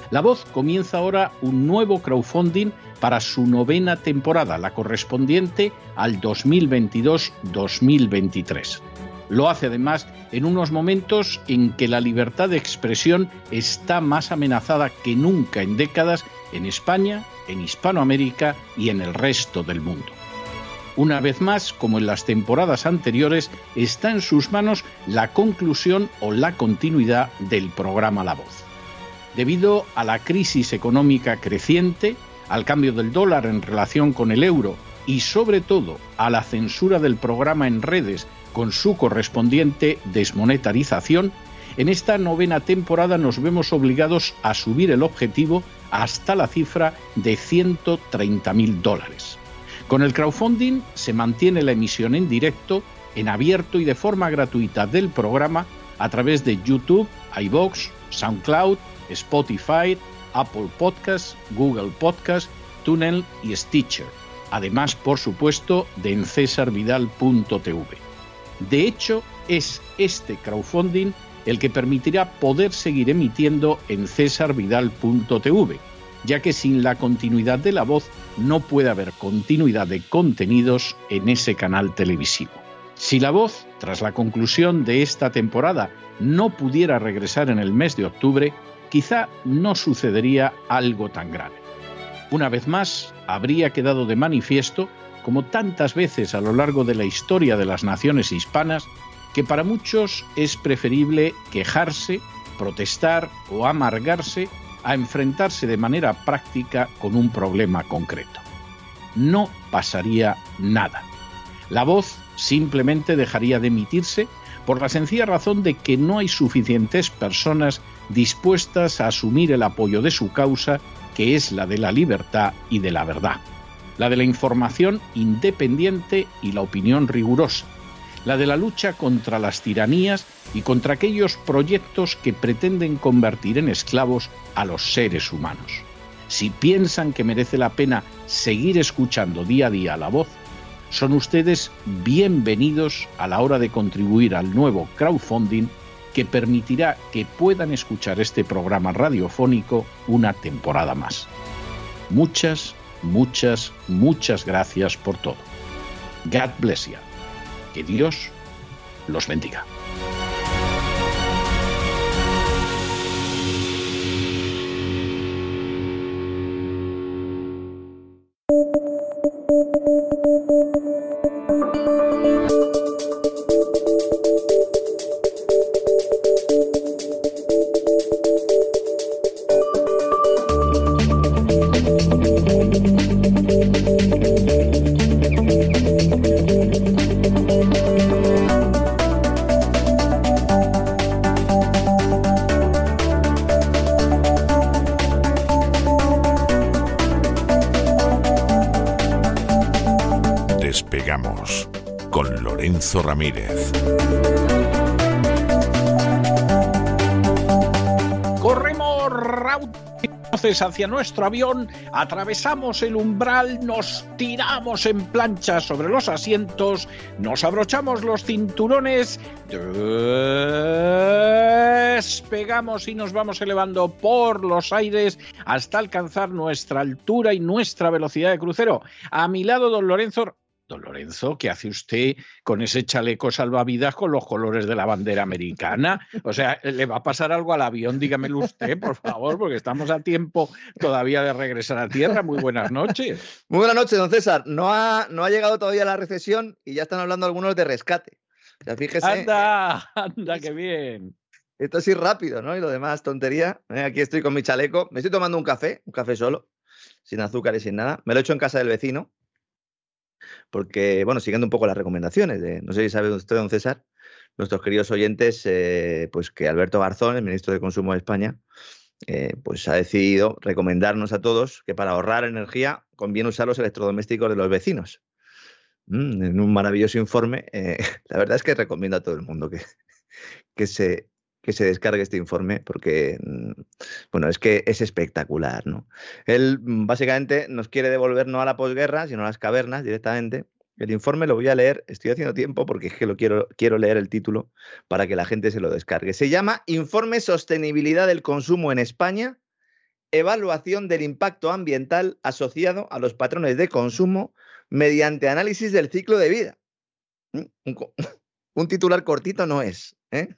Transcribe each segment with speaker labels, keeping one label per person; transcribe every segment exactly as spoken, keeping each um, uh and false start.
Speaker 1: La Voz comienza ahora un nuevo crowdfunding para su novena temporada, la correspondiente al dos mil veintidós dos mil veintitrés. Lo hace además en unos momentos en que la libertad de expresión está más amenazada que nunca en décadas en España, en Hispanoamérica y en el resto del mundo. Una vez más, como en las temporadas anteriores, está en sus manos la conclusión o la continuidad del programa La Voz. Debido a la crisis económica creciente, al cambio del dólar en relación con el euro y sobre todo a la censura del programa en redes con su correspondiente desmonetarización, en esta novena temporada nos vemos obligados a subir el objetivo hasta la cifra de ciento treinta mil dólares. Con el crowdfunding se mantiene la emisión en directo, en abierto y de forma gratuita del programa a través de YouTube, iVoox, SoundCloud, Spotify, Apple Podcasts, Google Podcasts, TuneIn y Stitcher. Además, por supuesto, de en cesar vidal punto t v. De hecho, es este crowdfunding el que permitirá poder seguir emitiendo en cesar vidal punto t v, ya que sin la continuidad de La Voz no puede haber continuidad de contenidos en ese canal televisivo. Si La Voz, tras la conclusión de esta temporada, no pudiera regresar en el mes de octubre, quizá no sucedería algo tan grave. Una vez más, habría quedado de manifiesto, como tantas veces a lo largo de la historia de las naciones hispanas, que para muchos es preferible quejarse, protestar o amargarse a enfrentarse de manera práctica con un problema concreto. No pasaría nada. La Voz simplemente dejaría de emitirse por la sencilla razón de que no hay suficientes personas dispuestas a asumir el apoyo de su causa, que es la de la libertad y de la verdad, la de la información independiente y la opinión rigurosa, la de la lucha contra las tiranías y contra aquellos proyectos que pretenden convertir en esclavos a los seres humanos. Si piensan que merece la pena seguir escuchando día a día La Voz, son ustedes bienvenidos a la hora de contribuir al nuevo crowdfunding que permitirá que puedan escuchar este programa radiofónico una temporada más. Muchas, muchas, muchas gracias por todo. God bless you. Que Dios los bendiga.
Speaker 2: Despegamos con Lorenzo Ramírez.
Speaker 1: Corremos raudosos hacia nuestro avión, atravesamos el umbral, nos tiramos en plancha sobre los asientos, nos abrochamos los cinturones, despegamos y nos vamos elevando por los aires hasta alcanzar nuestra altura y nuestra velocidad de crucero. A mi lado, don Lorenzo. Don Lorenzo, ¿qué hace usted con ese chaleco salvavidas con los colores de la bandera americana? O sea, ¿le va a pasar algo al avión? Dígamelo usted, por favor, porque estamos a tiempo todavía de regresar a tierra. Muy buenas noches.
Speaker 3: Muy buenas noches, don César. No ha, no ha llegado todavía la recesión y ya están hablando algunos de rescate. O sea, fíjese.
Speaker 1: ¡Anda! ¡Anda, qué bien!
Speaker 3: Esto es ir rápido, ¿no? Y lo demás, tontería. Eh, aquí estoy con mi chaleco. Me estoy tomando un café, un café solo, sin azúcar y sin nada. Me lo he hecho en casa del vecino. Porque, bueno, siguiendo un poco las recomendaciones de, no sé si sabe usted, don César, nuestros queridos oyentes, eh, pues que Alberto Garzón, el ministro de Consumo de España, eh, pues ha decidido recomendarnos a todos que para ahorrar energía conviene usar los electrodomésticos de los vecinos. Mm, en un maravilloso informe, eh, la verdad es que recomiendo a todo el mundo que, que se... que se descargue este informe porque, bueno, es que es espectacular, ¿no? Él básicamente nos quiere devolver no a la posguerra, sino a las cavernas directamente. El informe lo voy a leer, estoy haciendo tiempo porque es que lo quiero, quiero leer el título para que la gente se lo descargue. Se llama Informe Sostenibilidad del Consumo en España evaluación del impacto ambiental asociado a los patrones de consumo mediante análisis del ciclo de vida. Un, un titular cortito no es, ¿eh?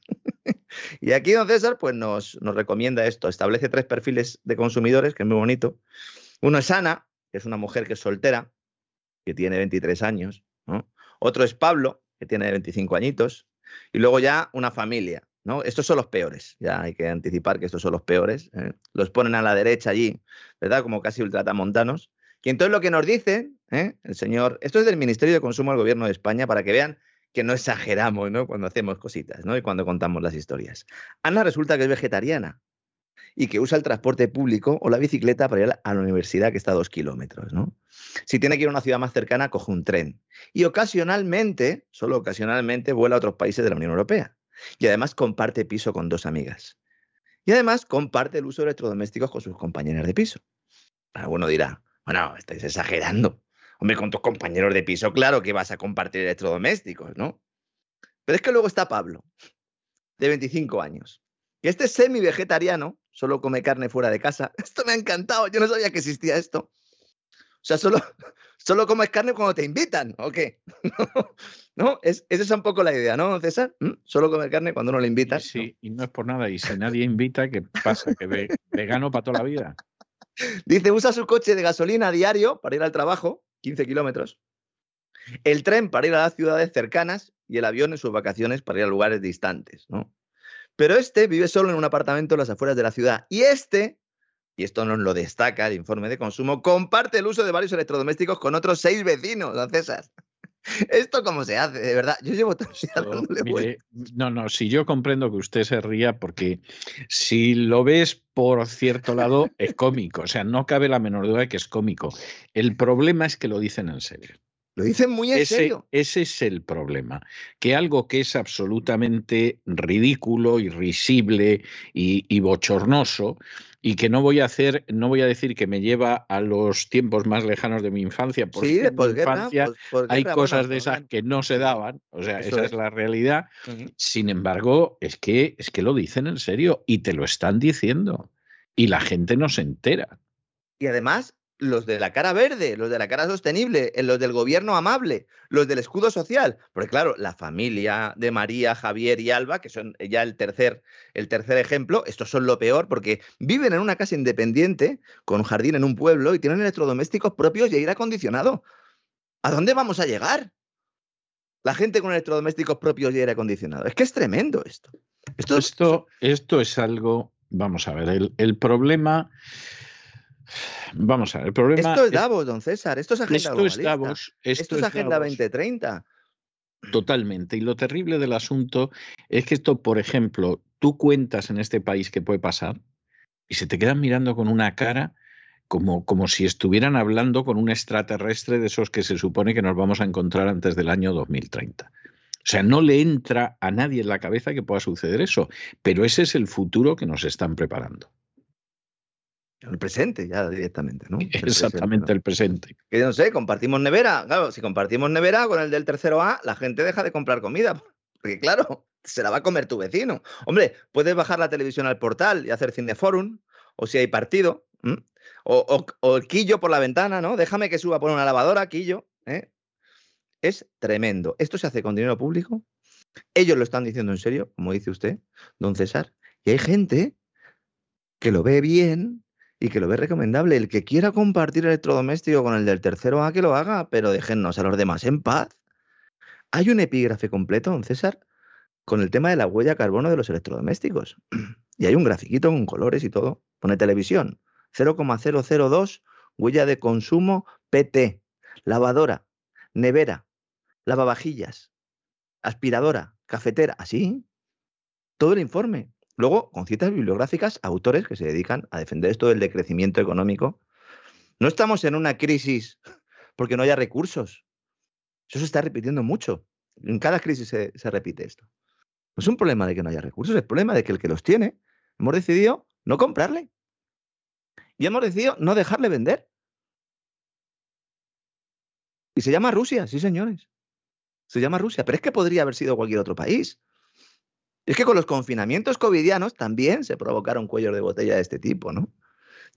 Speaker 3: Y aquí don César pues nos, nos recomienda esto, establece tres perfiles de consumidores, que es muy bonito. Uno es Ana, que es una mujer que es soltera, que tiene veintitrés años, ¿no? Otro es Pablo, que tiene veinticinco añitos, y luego ya una familia, ¿no? Estos son los peores, ya hay que anticipar que estos son los peores, ¿eh? Los ponen a la derecha allí, ¿verdad? Como casi ultratamontanos. Y entonces lo que nos dice, ¿eh? El señor, esto es del Ministerio de Consumo del Gobierno de España, para que vean que no exageramos, ¿no? Cuando hacemos cositas, ¿no? Y cuando contamos las historias. Ana resulta que es vegetariana y que usa el transporte público o la bicicleta para ir a la universidad, que está a dos kilómetros, ¿no? Si tiene que ir a una ciudad más cercana, coge un tren. Y ocasionalmente, solo ocasionalmente, vuela a otros países de la Unión Europea. Y además comparte piso con dos amigas. Y además comparte el uso de electrodomésticos con sus compañeras de piso. Alguno dirá, bueno, estáis exagerando. Hombre, con tus compañeros de piso, claro que vas a compartir electrodomésticos, ¿no? Pero es que luego está Pablo, de veinticinco años. Y este semi-vegetariano, solo come carne fuera de casa. Esto me ha encantado, yo no sabía que existía esto. O sea, solo, solo comes carne cuando te invitan, ¿o qué? ¿No? Es, esa es un poco la idea, ¿no, César? ¿Mm? Solo comer carne cuando uno le invitan.
Speaker 1: Sí, sí, y no es por nada. Y si nadie invita, ¿qué pasa? ¿Que ve, vegano para toda la vida?
Speaker 3: Dice, usa su coche de gasolina diario para ir al trabajo, quince kilómetros, el tren para ir a las ciudades cercanas y el avión en sus vacaciones para ir a lugares distantes, ¿no? Pero este vive solo en un apartamento en las afueras de la ciudad. Y este, y esto nos lo destaca el informe de consumo, comparte el uso de varios electrodomésticos con otros seis vecinos, don César. ¿Esto cómo se hace? De verdad, yo llevo todo el día dándole
Speaker 1: Mire, no, no, si yo comprendo que usted se ría, porque si lo ves por cierto lado, es cómico. O sea, no cabe la menor duda de que es cómico. El problema es que lo dicen en serio.
Speaker 3: Lo dicen muy en
Speaker 1: ese,
Speaker 3: serio.
Speaker 1: Ese es el problema. Que algo que es absolutamente ridículo, irrisible y, y bochornoso, y que no voy a hacer, no voy a decir que me lleva a los tiempos más lejanos de mi infancia, porque
Speaker 3: sí, de
Speaker 1: en mi infancia
Speaker 3: pos, posguerra,
Speaker 1: hay cosas
Speaker 3: bueno,
Speaker 1: de esas que no se daban, o sea,
Speaker 3: Eso
Speaker 1: esa
Speaker 3: es.
Speaker 1: es la realidad.
Speaker 3: Uh-huh.
Speaker 1: Sin embargo, es que, es que lo dicen en serio y te lo están diciendo y la gente no se entera.
Speaker 3: Y además, los de la cara verde, los de la cara sostenible, los del gobierno amable, los del escudo social. Porque claro, la familia de María, Javier y Alba, que son ya el tercer, el tercer ejemplo, estos son lo peor porque viven en una casa independiente, con un jardín en un pueblo y tienen electrodomésticos propios y aire acondicionado. ¿A dónde vamos a llegar? La gente con electrodomésticos propios y aire acondicionado. Es que es tremendo esto.
Speaker 1: Esto, esto, esto es algo, vamos a ver, el, el problema... Vamos a ver, el problema...
Speaker 3: Esto es Davos, don César, esto es agenda
Speaker 1: esto
Speaker 3: globalista.
Speaker 1: Es Davos, esto,
Speaker 3: esto es, es agenda Davos. veinte treinta.
Speaker 1: Totalmente. Y lo terrible del asunto es que esto, por ejemplo, tú cuentas en este país que puede pasar y se te quedan mirando con una cara como, como si estuvieran hablando con un extraterrestre de esos que se supone que nos vamos a encontrar antes del año dos mil treinta. O sea, no le entra a nadie en la cabeza que pueda suceder eso, pero ese es el futuro que nos están preparando.
Speaker 3: El presente, ya directamente, ¿no? El
Speaker 1: Exactamente, presente, ¿no?
Speaker 3: el presente. Que yo no sé, compartimos nevera. Claro, si compartimos nevera con el del tercero A, la gente deja de comprar comida. Porque, claro, se la va a comer tu vecino. Hombre, puedes bajar la televisión al portal y hacer cineforum, o si hay partido, ¿m? o, o, o el quillo por la ventana, ¿no? Déjame que suba por una lavadora, quillo, ¿eh? Es tremendo. Esto se hace con dinero público. Ellos lo están diciendo en serio, como dice usted, don César. Y hay gente que lo ve bien y que lo ve recomendable. El que quiera compartir electrodoméstico con el del tercero A, que lo haga, pero déjennos a los demás en paz. Hay un epígrafe completo, don César, con el tema de la huella de carbono de los electrodomésticos. Y hay un grafiquito con colores y todo. Pone televisión, cero coma cero cero dos, huella de consumo P T, lavadora, nevera, lavavajillas, aspiradora, cafetera, así. Todo el informe. Luego, con citas bibliográficas, autores que se dedican a defender esto del decrecimiento económico. No estamos en una crisis porque no haya recursos. Eso se está repitiendo mucho. En cada crisis se, se repite esto. No es un problema de que no haya recursos, es el problema de que el que los tiene, hemos decidido no comprarle. Y hemos decidido no dejarle vender. Y se llama Rusia, sí señores. Se llama Rusia, pero es que podría haber sido cualquier otro país. Es que con los confinamientos covidianos también se provocaron cuellos de botella de este tipo, ¿no?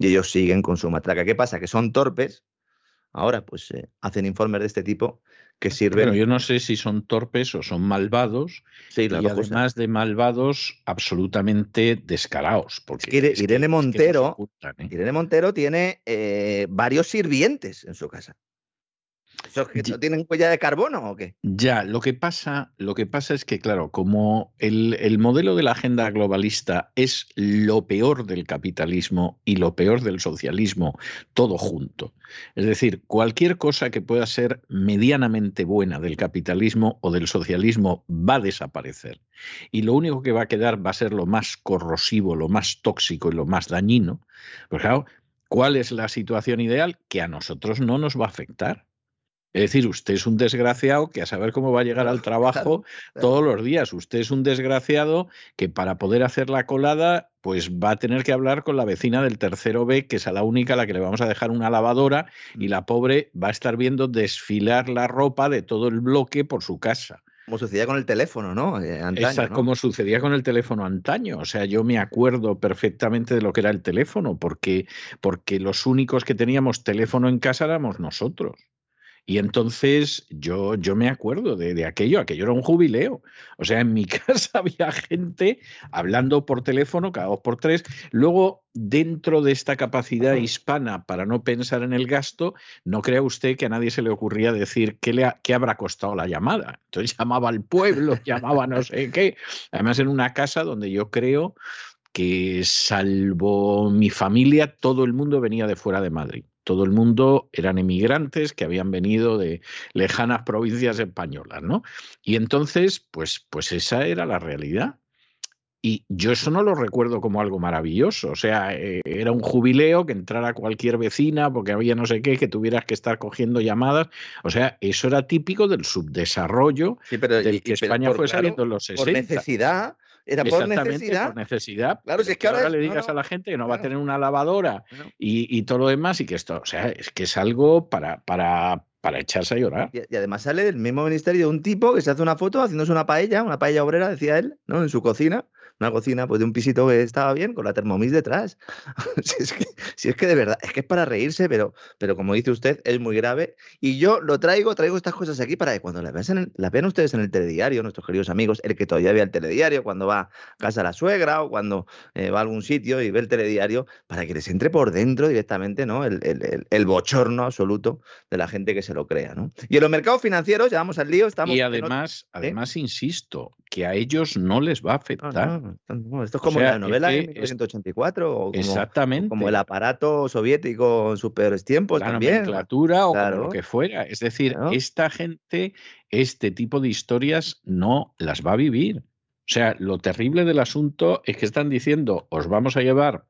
Speaker 3: Y ellos siguen con su matraca. ¿Qué pasa? Que son torpes. Ahora, pues eh, hacen informes de este tipo que sirven.
Speaker 1: Pero yo no sé si son torpes o son malvados,
Speaker 3: sí,
Speaker 1: y además de malvados, absolutamente descarados. Porque
Speaker 3: es que
Speaker 1: es
Speaker 3: Irene
Speaker 1: que,
Speaker 3: Montero,
Speaker 1: es que ocultan, ¿eh?
Speaker 3: Irene Montero tiene eh, varios sirvientes en su casa. ¿Esos que no tienen huella de carbono o qué?
Speaker 1: Ya, lo que pasa, lo que pasa es que, claro, como el, el modelo de la agenda globalista es lo peor del capitalismo y lo peor del socialismo, todo junto. Es decir, cualquier cosa que pueda ser medianamente buena del capitalismo o del socialismo va a desaparecer. Y lo único que va a quedar va a ser lo más corrosivo, lo más tóxico y lo más dañino. Pues claro, ¿cuál es la situación ideal? Que a nosotros no nos va a afectar. Es decir, usted es un desgraciado que a saber cómo va a llegar al trabajo claro, claro. todos los días. Usted es un desgraciado que para poder hacer la colada, pues va a tener que hablar con la vecina del tercero B, que es a la única a la que le vamos a dejar una lavadora, y la pobre va a estar viendo desfilar la ropa de todo el bloque por su casa.
Speaker 3: Como sucedía con el teléfono, ¿no? Eh, antaño,
Speaker 1: Esa,
Speaker 3: ¿no?
Speaker 1: Como sucedía con el teléfono antaño. O sea, yo me acuerdo perfectamente de lo que era el teléfono, porque, porque los únicos que teníamos teléfono en casa éramos nosotros. Y entonces yo, yo me acuerdo de, de aquello, aquello era un jubileo. O sea, en mi casa había gente hablando por teléfono cada dos por tres. Luego, dentro de esta capacidad hispana para no pensar en el gasto, no crea usted que a nadie se le ocurría decir qué, le ha, qué habrá costado la llamada. Entonces llamaba al pueblo, llamaba no sé qué. Además, en una casa donde yo creo que, salvo mi familia, todo el mundo venía de fuera de Madrid. Todo el mundo eran emigrantes que habían venido de lejanas provincias españolas, ¿no? Y entonces, pues, pues esa era la realidad. Y yo eso no lo recuerdo como algo maravilloso. O sea, eh, era un jubileo, que entrara cualquier vecina porque había no sé qué, que tuvieras que estar cogiendo llamadas. O sea, eso era típico del subdesarrollo
Speaker 3: sí, pero,
Speaker 1: del
Speaker 3: y,
Speaker 1: que
Speaker 3: y,
Speaker 1: España
Speaker 3: por,
Speaker 1: fue
Speaker 3: claro,
Speaker 1: saliendo en los sesenta.
Speaker 3: Por necesidad. Era por necesidad.
Speaker 1: por necesidad.
Speaker 3: Claro, si es que ahora,
Speaker 1: ahora
Speaker 3: es,
Speaker 1: le digas
Speaker 3: no, no,
Speaker 1: a la gente que no
Speaker 3: claro.
Speaker 1: va a tener una lavadora
Speaker 3: Bueno.
Speaker 1: y, y todo lo demás, y que esto, o sea, es que es algo para, para, para echarse a llorar.
Speaker 3: Y, y además sale del mismo ministerio un tipo que se hace una foto haciéndose una paella, una paella obrera, decía él, ¿no? En su cocina. Una cocina pues de un pisito que estaba bien, con la Thermomix detrás. si, es que, si es que de verdad, es que es para reírse, pero, pero como dice usted, es muy grave. Y yo lo traigo, traigo estas cosas aquí para que cuando las vean, el, las vean ustedes en el telediario, nuestros queridos amigos, el que todavía ve el telediario, cuando va a casa de la suegra o cuando eh, va a algún sitio y ve el telediario, para que les entre por dentro directamente, ¿no? El, el, el, el bochorno absoluto de la gente que se lo crea, ¿no? Y en los mercados financieros, ya vamos al lío, estamos...
Speaker 1: Y además,
Speaker 3: en...
Speaker 1: además ¿eh? insisto, que a ellos no les va a afectar.
Speaker 3: No, no. No, esto es como
Speaker 1: o sea,
Speaker 3: la novela
Speaker 1: es
Speaker 3: de mil novecientos ochenta y cuatro o como,
Speaker 1: exactamente.
Speaker 3: o como el aparato soviético en sus peores tiempos
Speaker 1: la
Speaker 3: también.
Speaker 1: nomenclatura o
Speaker 3: claro.
Speaker 1: como lo que fuera. Es decir,
Speaker 3: claro.
Speaker 1: esta gente, este tipo de historias no las va a vivir. O sea, lo terrible del asunto es que están diciendo, os vamos a llevar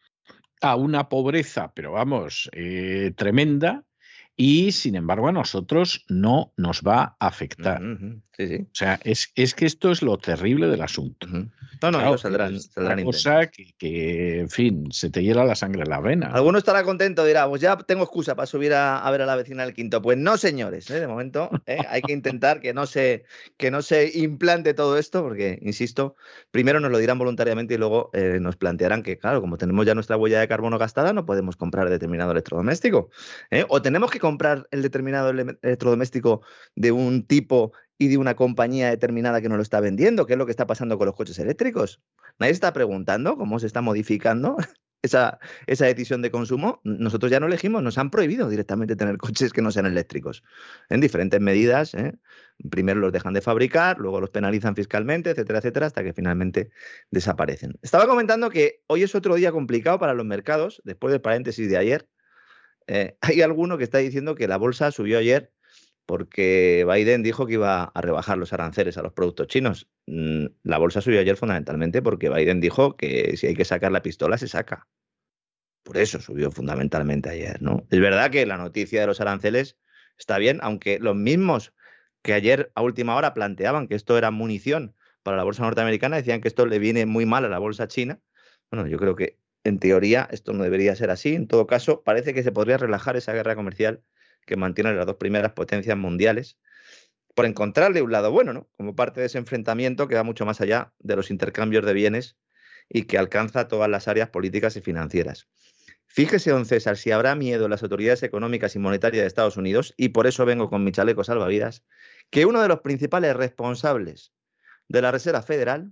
Speaker 1: a una pobreza, pero vamos, eh, tremenda, y sin embargo a nosotros no nos va a afectar.
Speaker 3: Uh-huh. Sí, sí.
Speaker 1: O sea, es, es que esto es lo terrible del asunto.
Speaker 3: Uh-huh. No, no,
Speaker 1: claro,
Speaker 3: saldrán,
Speaker 1: es
Speaker 3: saldrán
Speaker 1: una cosa que, que, en fin, se te hiela la sangre en la vena.
Speaker 3: Alguno estará contento, dirá, pues ya tengo excusa para subir a, a ver a la vecina del quinto. Pues no, señores, ¿eh? De momento ¿eh? hay que intentar que no, se, que no se implante todo esto, porque, insisto, primero nos lo dirán voluntariamente y luego eh, nos plantearán que, claro, como tenemos ya nuestra huella de carbono gastada, no podemos comprar determinado electrodoméstico. ¿eh? O tenemos que comprar el determinado electrodoméstico de un tipo y de una compañía determinada que nos lo está vendiendo, que es lo que está pasando con los coches eléctricos. Nadie está preguntando cómo se está modificando esa, esa decisión de consumo. Nosotros ya no elegimos, nos han prohibido directamente tener coches que no sean eléctricos, en diferentes medidas. ¿eh? Primero los dejan de fabricar, luego los penalizan fiscalmente, etcétera, etcétera, hasta que finalmente desaparecen. Estaba comentando que hoy es otro día complicado para los mercados, después del paréntesis de ayer. Eh, hay alguno que está diciendo que la bolsa subió ayer porque Biden dijo que iba a rebajar los aranceles a los productos chinos. La bolsa subió ayer fundamentalmente porque Biden dijo que si hay que sacar la pistola, se saca. Por eso subió fundamentalmente ayer, ¿no? Es verdad que la noticia de los aranceles está bien, aunque los mismos que ayer a última hora planteaban que esto era munición para la bolsa norteamericana, decían que esto le viene muy mal a la bolsa china. Bueno, yo creo que en teoría esto no debería ser así. En todo caso, parece que se podría relajar esa guerra comercial que mantienen las dos primeras potencias mundiales, por encontrarle un lado bueno, ¿no? Como parte de ese enfrentamiento que va mucho más allá de los intercambios de bienes y que alcanza todas las áreas políticas y financieras. Fíjese, don César, si habrá miedo en las autoridades económicas y monetarias de Estados Unidos, y por eso vengo con mi chaleco salvavidas, que uno de los principales responsables de la Reserva Federal,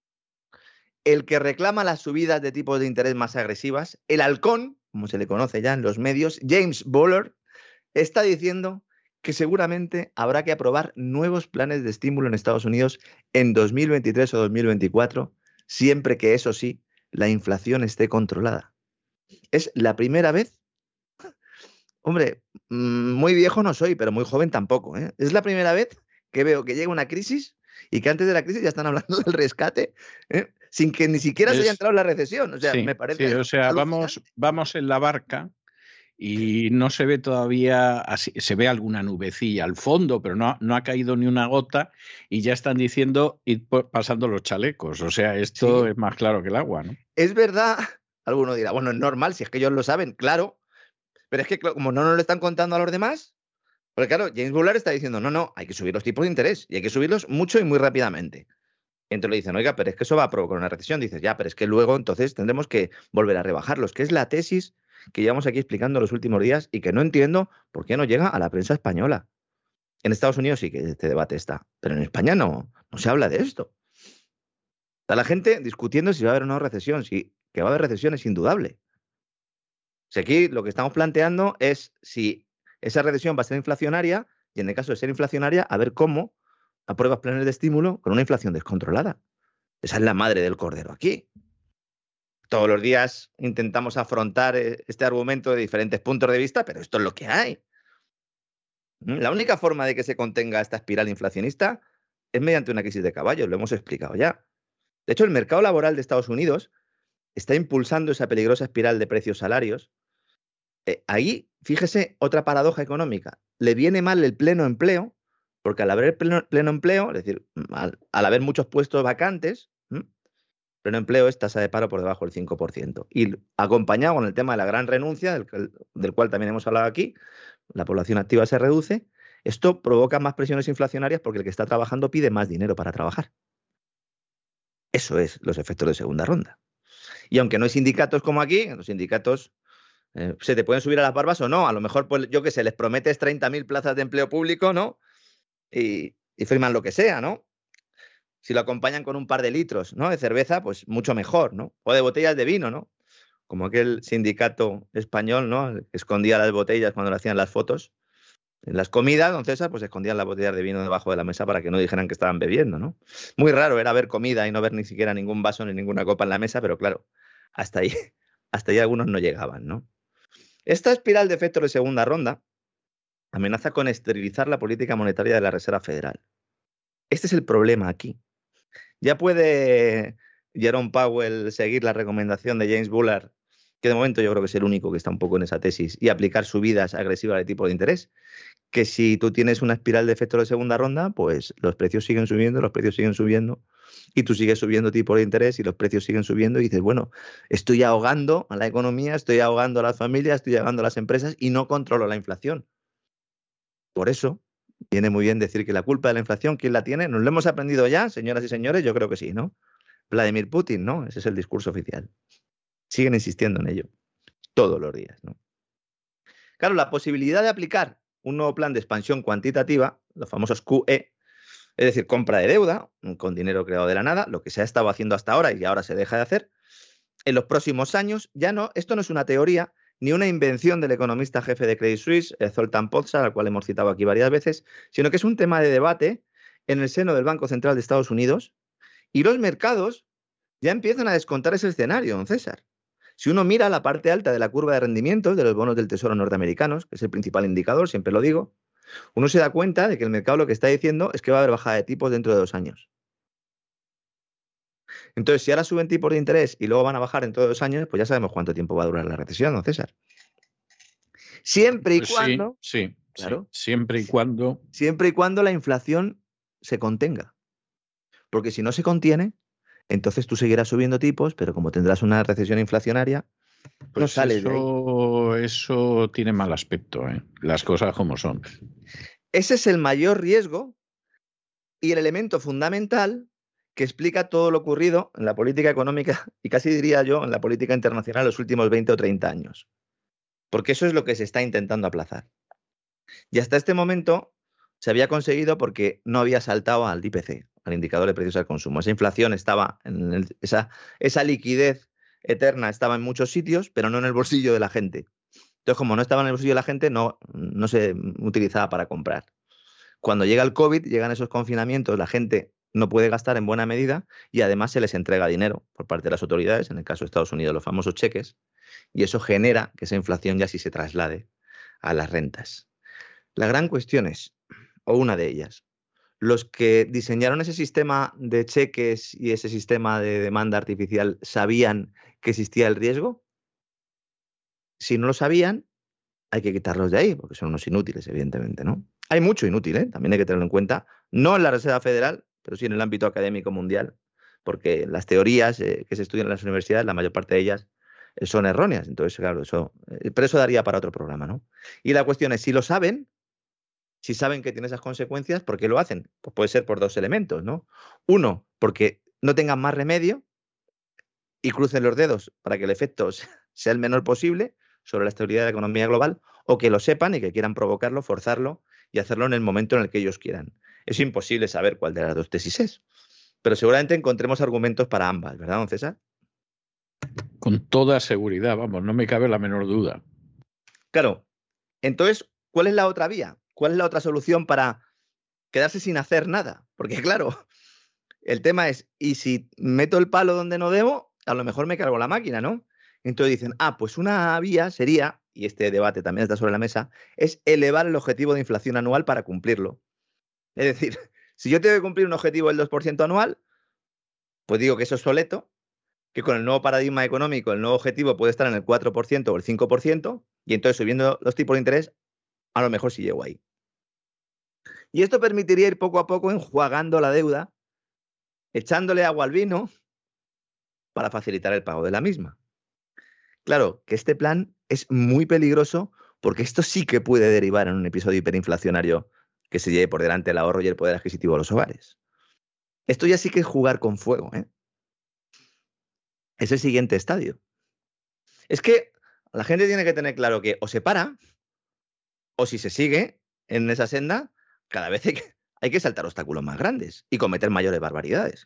Speaker 3: el que reclama las subidas de tipos de interés más agresivas, el halcón, como se le conoce ya en los medios, James Bullard, está diciendo que seguramente habrá que aprobar nuevos planes de estímulo en Estados Unidos en dos mil veintitrés o dos mil veinticuatro, siempre que, eso sí, la inflación esté controlada. Es la primera vez, hombre, muy viejo no soy, pero muy joven tampoco, ¿eh? Es la primera vez que veo que llega una crisis y que antes de la crisis ya están hablando del rescate, ¿eh? Sin que ni siquiera es, se haya entrado en la recesión. O sea,
Speaker 1: sí,
Speaker 3: me parece.
Speaker 1: Sí, o sea, vamos, vamos en la barca y no se ve todavía, así, se ve alguna nubecilla al fondo, pero no, no ha caído ni una gota y ya están diciendo ir pasando los chalecos. O sea, esto sí. Es más claro que el agua, ¿no?
Speaker 3: Es verdad. Alguno dirá, bueno, es normal, si es que ellos lo saben, claro. Pero es que como no nos lo están contando a los demás, porque claro, James Bullard está diciendo, no, no, hay que subir los tipos de interés y hay que subirlos mucho y muy rápidamente. Y entonces le dicen, oiga, pero es que eso va a provocar una recesión. Dices, ya, pero es que luego entonces tendremos que volver a rebajarlos, que es la tesis que llevamos aquí explicando los últimos días y que no entiendo por qué no llega a la prensa española. En Estados Unidos sí que este debate está, pero en España no, no se habla de esto. Está la gente discutiendo si va a haber o no recesión. Si que va a haber recesión es indudable. Si aquí lo que estamos planteando es si esa recesión va a ser inflacionaria y en el caso de ser inflacionaria, a ver cómo apruebas planes de estímulo con una inflación descontrolada. Esa es la madre del cordero aquí. Todos los días intentamos afrontar este argumento de diferentes puntos de vista, pero esto es lo que hay. La única forma de que se contenga esta espiral inflacionista es mediante una crisis de caballos, lo hemos explicado ya. De hecho, el mercado laboral de Estados Unidos está impulsando esa peligrosa espiral de precios-salarios. Eh, ahí, fíjese, otra paradoja económica. Le viene mal el pleno empleo, porque al haber pleno, pleno empleo, es decir, al, al haber muchos puestos vacantes, ¿m? pleno empleo es tasa de paro por debajo del cinco por ciento. Y acompañado con el tema de la gran renuncia, del, del cual también hemos hablado aquí, la población activa se reduce, esto provoca más presiones inflacionarias porque el que está trabajando pide más dinero para trabajar. Eso es los efectos de segunda ronda. Y aunque no hay sindicatos como aquí, los sindicatos eh, se te pueden subir a las barbas o no. A lo mejor, pues, yo qué sé, les prometes treinta mil plazas de empleo público, ¿no? Y, y firman lo que sea, ¿no? Si lo acompañan con un par de litros, ¿no? de cerveza, pues mucho mejor, ¿no? O de botellas de vino, ¿no? Como aquel sindicato español, ¿no? Que escondía las botellas cuando le hacían las fotos. En las comidas, don César, pues escondían las botellas de vino debajo de la mesa para que no dijeran que estaban bebiendo, ¿no? Muy raro era ver comida y no ver ni siquiera ningún vaso ni ninguna copa en la mesa, pero claro, hasta ahí, hasta ahí algunos no llegaban, ¿no? Esta espiral de efectos de segunda ronda amenaza con esterilizar la política monetaria de la Reserva Federal. Este es el problema aquí. Ya puede Jerome Powell seguir la recomendación de James Bullard, que de momento yo creo que es el único que está un poco en esa tesis, y aplicar subidas agresivas de tipo de interés, que si tú tienes una espiral de efectos de segunda ronda, pues los precios siguen subiendo, los precios siguen subiendo, y tú sigues subiendo tipo de interés y los precios siguen subiendo y dices, bueno, estoy ahogando a la economía, estoy ahogando a las familias, estoy ahogando a las empresas y no controlo la inflación. Por eso viene muy bien decir que la culpa de la inflación, ¿quién la tiene? ¿Nos lo hemos aprendido ya, señoras y señores? Yo creo que sí, ¿no? Vladimir Putin, ¿no? Ese es el discurso oficial. Siguen insistiendo en ello todos los días, ¿no? Claro, la posibilidad de aplicar un nuevo plan de expansión cuantitativa, los famosos Q E, es decir, compra de deuda con dinero creado de la nada, lo que se ha estado haciendo hasta ahora y ahora se deja de hacer, en los próximos años, ya no, esto no es una teoría ni una invención del economista jefe de Credit Suisse, Zoltán Pozsar, al cual hemos citado aquí varias veces, sino que es un tema de debate en el seno del Banco Central de Estados Unidos y los mercados ya empiezan a descontar ese escenario, don César. Si uno mira la parte alta de la curva de rendimientos de los bonos del Tesoro norteamericanos, que es el principal indicador, siempre lo digo, uno se da cuenta de que el mercado lo que está diciendo es que va a haber bajada de tipos dentro de dos años. Entonces, si ahora suben tipos de interés y luego van a bajar dentro de dos años, pues ya sabemos cuánto tiempo va a durar la recesión, don César. Siempre y
Speaker 1: pues
Speaker 3: cuando...
Speaker 1: Sí, sí,
Speaker 3: claro,
Speaker 1: sí, siempre y cuando...
Speaker 3: Siempre y cuando la inflación se contenga. Porque si no se contiene, entonces tú seguirás subiendo tipos, pero como tendrás una recesión inflacionaria, pues no sales
Speaker 1: eso, de ahí. Eso tiene mal aspecto, ¿eh? Las cosas como son.
Speaker 3: Ese es el mayor riesgo y el elemento fundamental que explica todo lo ocurrido en la política económica y casi diría yo en la política internacional los últimos veinte o treinta años. Porque eso es lo que se está intentando aplazar. Y hasta este momento se había conseguido porque no había saltado al I P C, al indicador de precios al consumo. Esa inflación estaba, en el, esa, esa liquidez eterna estaba en muchos sitios, pero no en el bolsillo de la gente. Entonces, como no estaba en el bolsillo de la gente, no, no se utilizaba para comprar. Cuando llega el COVID, llegan esos confinamientos, la gente no puede gastar en buena medida y además se les entrega dinero por parte de las autoridades, en el caso de Estados Unidos, los famosos cheques, y eso genera que esa inflación ya sí se traslade a las rentas. La gran cuestión es, o una de ellas, los que diseñaron ese sistema de cheques y ese sistema de demanda artificial, ¿sabían que existía el riesgo? Si no lo sabían, hay que quitarlos de ahí, porque son unos inútiles, evidentemente, ¿no? Hay mucho inútil, ¿eh? También hay que tenerlo en cuenta, no en la Reserva Federal, pero sí en el ámbito académico mundial, porque las teorías eh, que se estudian en las universidades, la mayor parte de ellas eh, son erróneas. Entonces, claro, eso, eh, pero eso daría para otro programa, ¿no? Y la cuestión es, si lo saben, si saben que tiene esas consecuencias, ¿por qué lo hacen? Pues puede ser por dos elementos, ¿no? Uno, porque no tengan más remedio y crucen los dedos para que el efecto sea el menor posible sobre la estabilidad de la economía global, o que lo sepan y que quieran provocarlo, forzarlo y hacerlo en el momento en el que ellos quieran. Es imposible saber cuál de las dos tesis es, pero seguramente encontremos argumentos para ambas, ¿verdad, don César?
Speaker 1: Con toda seguridad, vamos, no me cabe la menor duda.
Speaker 3: Claro. Entonces, ¿cuál es la otra vía? ¿Cuál es la otra solución para quedarse sin hacer nada? Porque, claro, el tema es, ¿y si meto el palo donde no debo? A lo mejor me cargo la máquina, ¿no? Entonces dicen, ah, pues una vía sería, y este debate también está sobre la mesa, es elevar el objetivo de inflación anual para cumplirlo. Es decir, si yo tengo que cumplir un objetivo del dos por ciento anual, pues digo que eso es obsoleto, que con el nuevo paradigma económico el nuevo objetivo puede estar en el cuatro por ciento o el cinco por ciento, y entonces subiendo los tipos de interés, a lo mejor sí llego ahí. Y esto permitiría ir poco a poco enjuagando la deuda, echándole agua al vino para facilitar el pago de la misma. Claro, que este plan es muy peligroso porque esto sí que puede derivar en un episodio hiperinflacionario que se lleve por delante el ahorro y el poder adquisitivo de los hogares. Esto ya sí que es jugar con fuego, ¿eh? Es el siguiente estadio. Es que la gente tiene que tener claro que o se para, o si se sigue en esa senda, cada vez hay que, hay que saltar obstáculos más grandes y cometer mayores barbaridades.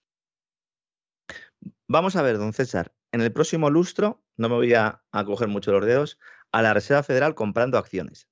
Speaker 3: Vamos a ver, don César, en el próximo lustro, no me voy a, a coger mucho los dedos, a la Reserva Federal comprando acciones.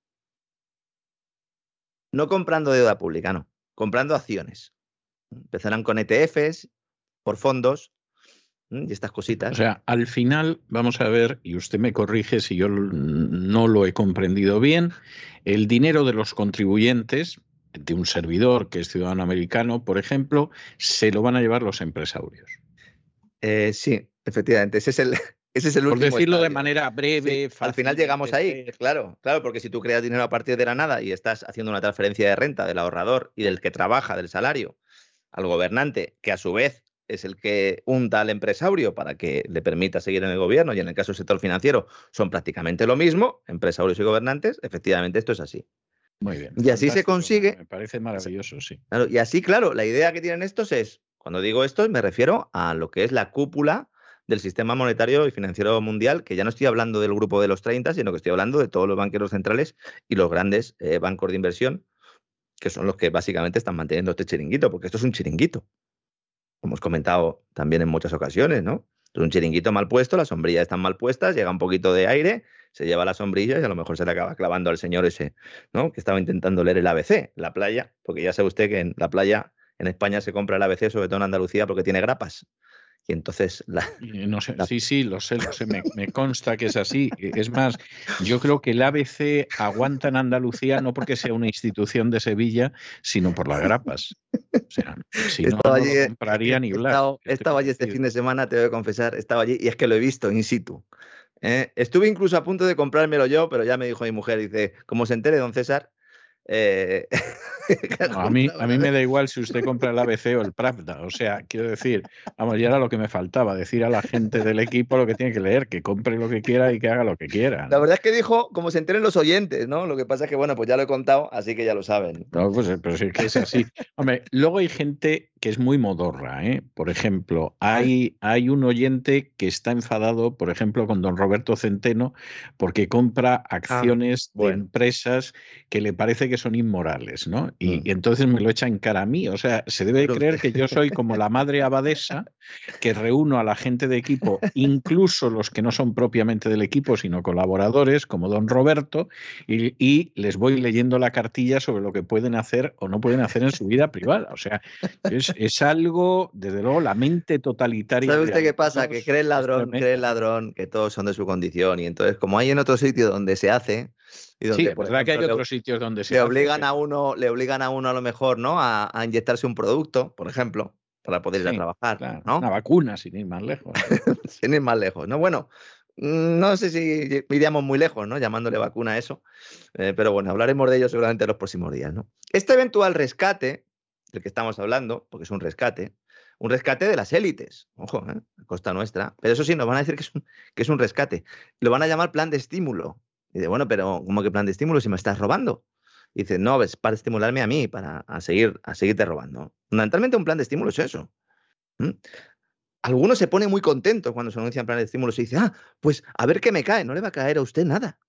Speaker 3: No comprando deuda pública, no, comprando acciones. Empezarán con E T Fs, por fondos y estas cositas.
Speaker 1: O sea, al final, vamos a ver, y usted me corrige si yo no lo he comprendido bien, el dinero de los contribuyentes, de un servidor que es ciudadano americano, por ejemplo, se lo van a llevar los empresarios.
Speaker 3: Eh, sí, efectivamente, ese es el, ese es el último.
Speaker 1: Por decirlo
Speaker 3: estadio.
Speaker 1: de manera breve,
Speaker 3: sí, al final llegamos ahí, claro, claro, porque si tú creas dinero a partir de la nada y estás haciendo una transferencia de renta del ahorrador y del que trabaja, del salario, al gobernante, que a su vez es el que unta al empresario para que le permita seguir en el gobierno, y en el caso del sector financiero son prácticamente lo mismo, empresarios y gobernantes, efectivamente esto es así.
Speaker 1: Muy bien.
Speaker 3: Y así se consigue.
Speaker 1: Me parece maravilloso, sí.
Speaker 3: Claro, y así, claro, la idea que tienen estos es, cuando digo esto, me refiero a lo que es la cúpula del sistema monetario y financiero mundial, que ya no estoy hablando del grupo de los treinta, sino que estoy hablando de todos los banqueros centrales y los grandes eh, bancos de inversión, que son los que básicamente están manteniendo este chiringuito, porque esto es un chiringuito. Como hemos comentado también en muchas ocasiones, ¿no? Es un chiringuito mal puesto, las sombrillas están mal puestas, llega un poquito de aire, se lleva las sombrillas y a lo mejor se le acaba clavando al señor ese, ¿no? Que estaba intentando leer el A B C, la playa, porque ya sabe usted que en la playa en España se compra el A B C, sobre todo en Andalucía, porque tiene grapas. Y entonces... La,
Speaker 1: no sé,
Speaker 3: la...
Speaker 1: Sí, sí, lo sé, lo sé, me, me consta que es así. Es más, yo creo que el A B C aguanta en Andalucía no porque sea una institución de Sevilla, sino por las grapas. O sea, si no, no
Speaker 3: allí,
Speaker 1: lo compraría ni hablar.
Speaker 3: Estaba, estaba allí este fin de semana, te voy a confesar, estaba allí y es que lo he visto in situ. ¿eh? Estuve incluso a punto de comprármelo yo, pero ya me dijo mi mujer, dice, como se entere don César, Eh,
Speaker 1: no, a, mí, a mí me da igual si usted compra el A B C o el Pravda. O sea, quiero decir, vamos, ya era lo que me faltaba, decir a la gente del equipo lo que tiene que leer, que compre lo que quiera y que haga lo que quiera, ¿no?
Speaker 3: La verdad es que dijo como se enteren los oyentes, ¿no? Lo que pasa es que, bueno, pues ya lo he contado, así que ya lo saben.
Speaker 1: No, pues pero sí que es así. Hombre, luego hay gente que es muy modorra, ¿eh? Por ejemplo, hay, hay un oyente que está enfadado, por ejemplo, con don Roberto Centeno, porque compra acciones ah, bueno. de empresas que le parece que son inmorales, ¿no? Y, mm. y entonces me lo echa en cara a mí. O sea, se debe pero creer usted... que yo soy como la madre abadesa que reúno a la gente de equipo, incluso los que no son propiamente del equipo, sino colaboradores, como don Roberto, y, y les voy leyendo la cartilla sobre lo que pueden hacer o no pueden hacer en su vida privada. O sea, es, es algo, desde luego, la mente totalitaria.
Speaker 3: ¿Sabe usted qué pasa? Que cree el ladrón, cree el ladrón que todos son de su condición. Y entonces, como hay en otro sitio donde se hace...
Speaker 1: Y donde, sí, es verdad que hay otros sitios donde se
Speaker 3: le obligan hace, a uno, le obligan a uno a lo mejor, ¿no? A, a inyectarse un producto, por ejemplo, para poder ir sí, a trabajar, claro, ¿no?
Speaker 1: Una vacuna, sin ir más lejos.
Speaker 3: Sin ir más lejos, ¿no? Bueno, no sé si iríamos muy lejos, ¿no? Llamándole vacuna a eso. Eh, pero bueno, hablaremos de ello seguramente en los próximos días, ¿no? Este eventual rescate, del que estamos hablando, porque es un rescate, un rescate de las élites, ojo, ¿eh? A costa nuestra. Pero eso sí, nos van a decir que es un, que es un rescate. Lo van a llamar plan de estímulo. Y dice, bueno, pero ¿cómo que plan de estímulo si me estás robando? Y dice, no, es para estimularme a mí, para a seguir, a seguirte robando. Fundamentalmente un plan de estímulo es eso. ¿Mm? Algunos se ponen muy contentos cuando se anuncian planes de estímulos y dicen, ah, pues a ver qué me cae, no le va a caer a usted nada.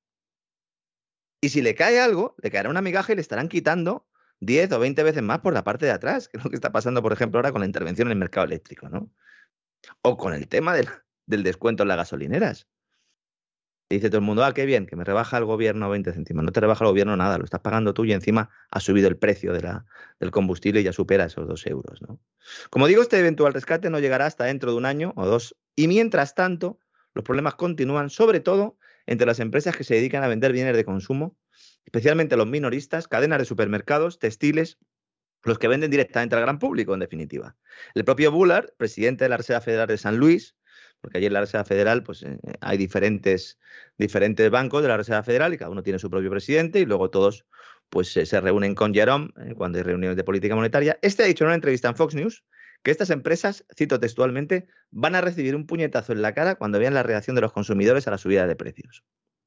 Speaker 3: Y si le cae algo, le caerá una migaja y le estarán quitando diez o veinte veces más por la parte de atrás, que es lo que está pasando, por ejemplo, ahora con la intervención en el mercado eléctrico, ¿no? O con el tema del, del descuento en las gasolineras. Y dice todo el mundo, ah, qué bien, que me rebaja el gobierno veinte céntimos. No te rebaja el gobierno nada, lo estás pagando tú y encima ha subido el precio de la, del combustible y ya supera esos dos euros, ¿no? Como digo, este eventual rescate no llegará hasta dentro de un año o dos. Y mientras tanto, los problemas continúan, sobre todo entre las empresas que se dedican a vender bienes de consumo, especialmente los minoristas, cadenas de supermercados, textiles, los que venden directamente al gran público, en definitiva. El propio Bullard, presidente de la Reserva Federal de San Luis, porque allí en la Reserva Federal pues, eh, hay diferentes, diferentes bancos de la Reserva Federal y cada uno tiene su propio presidente y luego todos pues, eh, se reúnen con Jerome eh, cuando hay reuniones de política monetaria. Este ha dicho en una entrevista en Fox News que estas empresas, cito textualmente, van a recibir un puñetazo en la cara cuando vean la reacción de los consumidores a la subida de precios.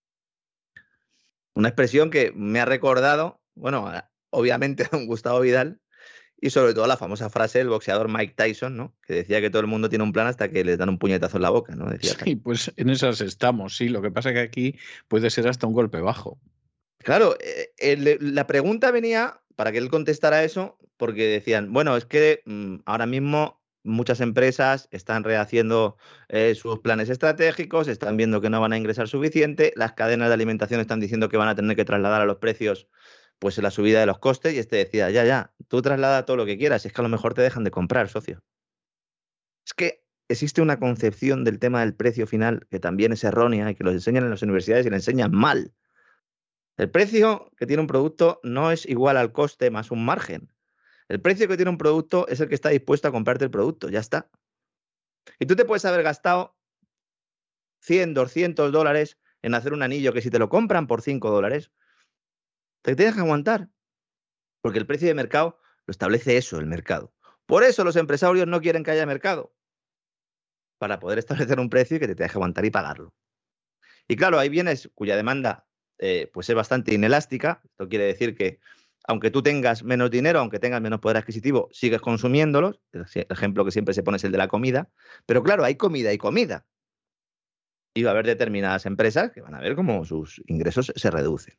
Speaker 3: Una expresión que me ha recordado, bueno, obviamente a don Gustavo Vidal, y sobre todo la famosa frase del boxeador Mike Tyson, ¿no? Que decía que todo el mundo tiene un plan hasta que les dan un puñetazo en la boca, ¿no? Decía
Speaker 1: sí, pues en esas estamos, sí. Lo que pasa es que aquí puede ser hasta un golpe bajo.
Speaker 3: Claro, eh, el, la pregunta venía para que él contestara eso, porque decían, bueno, es que mmm, ahora mismo muchas empresas están rehaciendo eh, sus planes estratégicos, están viendo que no van a ingresar suficiente, las cadenas de alimentación están diciendo que van a tener que trasladar a los precios pues la subida de los costes, y este decía, ya, ya, tú traslada todo lo que quieras, es que a lo mejor te dejan de comprar, socio. Es que existe una concepción del tema del precio final que también es errónea y que los enseñan en las universidades y lo enseñan mal. El precio que tiene un producto no es igual al coste más un margen. El precio que tiene un producto es el que está dispuesto a comprarte el producto, ya está. Y tú te puedes haber gastado cien, doscientos dólares en hacer un anillo que si te lo compran por cinco dólares, te tienes que aguantar, porque el precio de mercado lo establece eso, el mercado. Por eso los empresarios no quieren que haya mercado, para poder establecer un precio y que te tengas que aguantar y pagarlo. Y claro, hay bienes cuya demanda eh, pues es bastante inelástica. Esto quiere decir que aunque tú tengas menos dinero, aunque tengas menos poder adquisitivo, sigues consumiéndolos. El ejemplo que siempre se pone es el de la comida. Pero claro, hay comida y comida. Y va a haber determinadas empresas que van a ver cómo sus ingresos se reducen.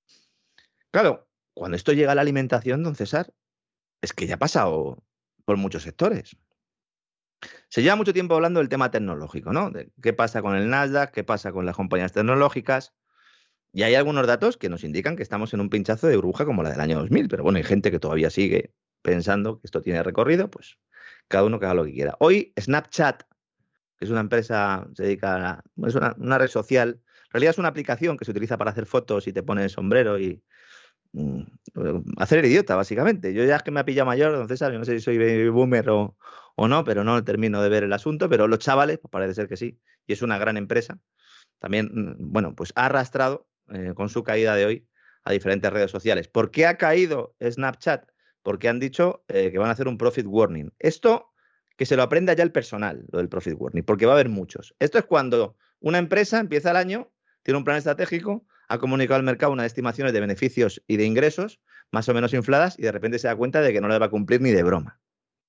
Speaker 3: Claro, cuando esto llega a la alimentación, don César, es que ya ha pasado por muchos sectores. Se lleva mucho tiempo hablando del tema tecnológico, ¿no? De qué pasa con el Nasdaq, qué pasa con las compañías tecnológicas. Y hay algunos datos que nos indican que estamos en un pinchazo de burbuja como la del año dos mil. Pero bueno, hay gente que todavía sigue pensando que esto tiene recorrido, pues cada uno que haga lo que quiera. Hoy Snapchat, que es una empresa, se dedica a, es una, una red social, en realidad es una aplicación que se utiliza para hacer fotos y te pones sombrero y mm, hacer el idiota, básicamente. Yo ya es que me ha pillado mayor, don César, yo no sé si soy baby boomer o, o no, pero no termino de ver el asunto, pero los chavales, pues parece ser que sí, y es una gran empresa. También, bueno, pues ha arrastrado eh, con su caída de hoy a diferentes redes sociales. ¿Por qué ha caído Snapchat? Porque han dicho eh, que van a hacer un profit warning. Esto que se lo aprenda ya el personal, lo del profit warning, porque va a haber muchos. Esto es cuando una empresa empieza el año, tiene un plan estratégico, ha comunicado al mercado unas estimaciones de beneficios y de ingresos más o menos infladas y de repente se da cuenta de que no le va a cumplir ni de broma.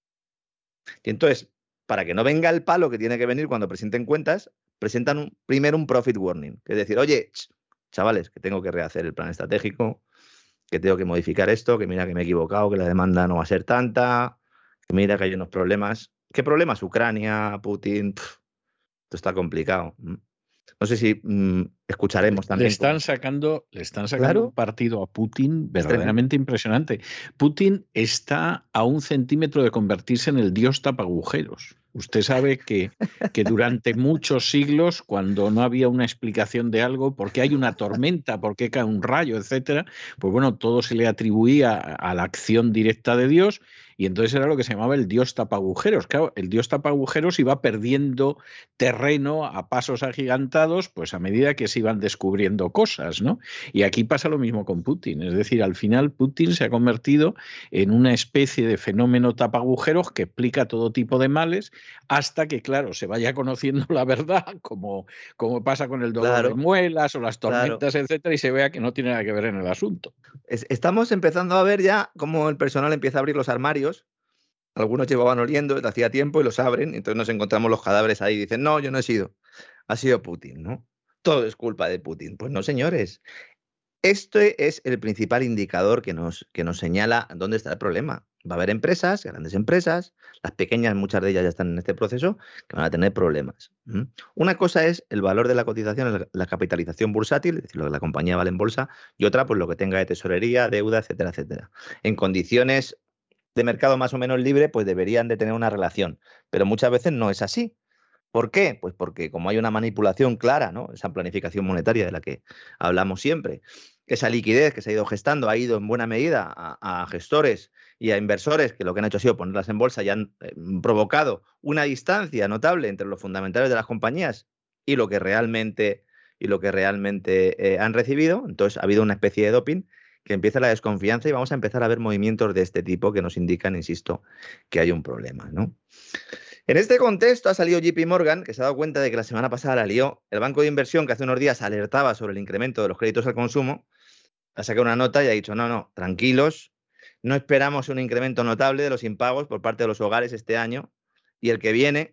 Speaker 3: Y entonces, para que no venga el palo que tiene que venir cuando presenten cuentas, presentan un, primero un profit warning, que es decir, oye, ch, chavales, que tengo que rehacer el plan estratégico, que tengo que modificar esto, que mira que me he equivocado, que la demanda no va a ser tanta, que mira que hay unos problemas. ¿Qué problemas? Ucrania, Putin, pff, esto está complicado. No sé si mmm, escucharemos también.
Speaker 1: Le están sacando, le están sacando
Speaker 3: ¿Claro?
Speaker 1: un partido a Putin verdaderamente impresionante. Putin está a un centímetro de convertirse en el dios tapagujeros. Usted sabe que, que durante muchos siglos, cuando no había una explicación de algo, porque hay una tormenta, porque cae un rayo, etcétera, pues bueno, todo se le atribuía a la acción directa de Dios. Y entonces era lo que se llamaba el dios tapagujeros. Claro, el dios tapagujeros iba perdiendo terreno a pasos agigantados, pues a medida que se iban descubriendo cosas, ¿no? Y aquí pasa lo mismo con Putin. Es decir, al final Putin se ha convertido en una especie de fenómeno tapagujeros que explica todo tipo de males hasta que, claro, se vaya conociendo la verdad, como, como pasa con el dolor
Speaker 3: Claro,
Speaker 1: de muelas o las tormentas,
Speaker 3: claro.
Speaker 1: etcétera, y se vea que no tiene nada que ver en el asunto.
Speaker 3: Es, estamos empezando a ver ya cómo el personal empieza a abrir los armarios. Algunos llevaban oliendo desde hacía tiempo y los abren, entonces nos encontramos los cadáveres ahí y dicen, no, yo no he sido, ha sido Putin, ¿no? Todo es culpa de Putin. Pues no, señores. Este es el principal indicador que nos, que nos señala dónde está el problema. Va a haber empresas, grandes empresas, las pequeñas, muchas de ellas ya están en este proceso, que van a tener problemas. ¿Mm? Una cosa es el valor de la cotización, la capitalización bursátil, es decir, lo que la compañía vale en bolsa, y otra, pues lo que tenga de tesorería, deuda, etcétera, etcétera. En condiciones de mercado más o menos libre, pues deberían de tener una relación, pero muchas veces no es así. ¿Por qué? Pues porque como hay una manipulación clara, ¿no? Esa planificación monetaria de la que hablamos siempre, esa liquidez que se ha ido gestando ha ido en buena medida a, a gestores y a inversores que lo que han hecho ha sido ponerlas en bolsa y han eh, provocado una distancia notable entre los fundamentales de las compañías y lo que realmente, y lo que realmente eh, han recibido. Entonces ha habido una especie de doping que empieza la desconfianza y vamos a empezar a ver movimientos de este tipo que nos indican, insisto, que hay un problema, ¿no? En este contexto ha salido J P Morgan, que se ha dado cuenta de que la semana pasada la lió. El banco de inversión, que hace unos días alertaba sobre el incremento de los créditos al consumo, ha sacado una nota y ha dicho, no, no, tranquilos, no esperamos un incremento notable de los impagos por parte de los hogares este año y el que viene.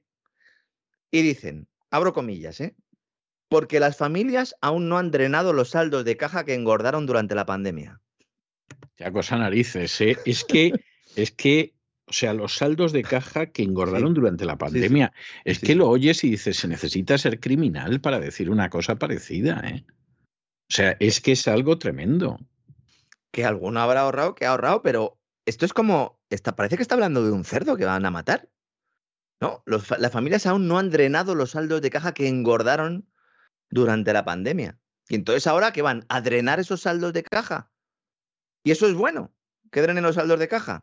Speaker 3: Y dicen, abro comillas, ¿eh? Porque las familias aún no han drenado los saldos de caja que engordaron durante la pandemia.
Speaker 1: Ya cosa narices, ¿eh? Es que, es que, o sea, los saldos de caja que engordaron sí. durante la pandemia, sí, sí. es sí, que sí. lo oyes y dices, se necesita ser criminal para decir una cosa parecida, ¿eh? O sea, es que es algo tremendo.
Speaker 3: Que alguno habrá ahorrado, que ha ahorrado, pero esto es como, está, parece que está hablando de un cerdo que van a matar. No, los, las familias aún no han drenado los saldos de caja que engordaron durante la pandemia. Y entonces ahora que van a drenar esos saldos de caja. Y eso es bueno, que drenen los saldos de caja.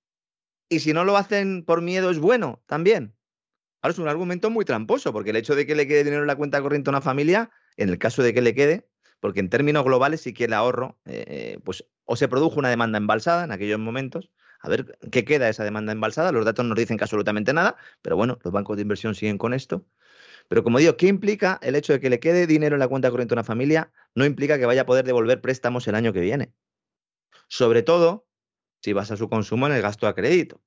Speaker 3: Y si no lo hacen por miedo es bueno también. Ahora es un argumento muy tramposo, porque el hecho de que le quede dinero en la cuenta corriente a una familia, en el caso de que le quede, porque en términos globales sí que el ahorro, eh, pues o se produjo una demanda embalsada en aquellos momentos. A ver qué queda esa demanda embalsada. Los datos nos dicen que absolutamente nada, pero bueno, los bancos de inversión siguen con esto. Pero como digo, ¿qué implica el hecho de que le quede dinero en la cuenta corriente a una familia? No implica que vaya a poder devolver préstamos el año que viene. Sobre todo si basa su consumo en el gasto a crédito.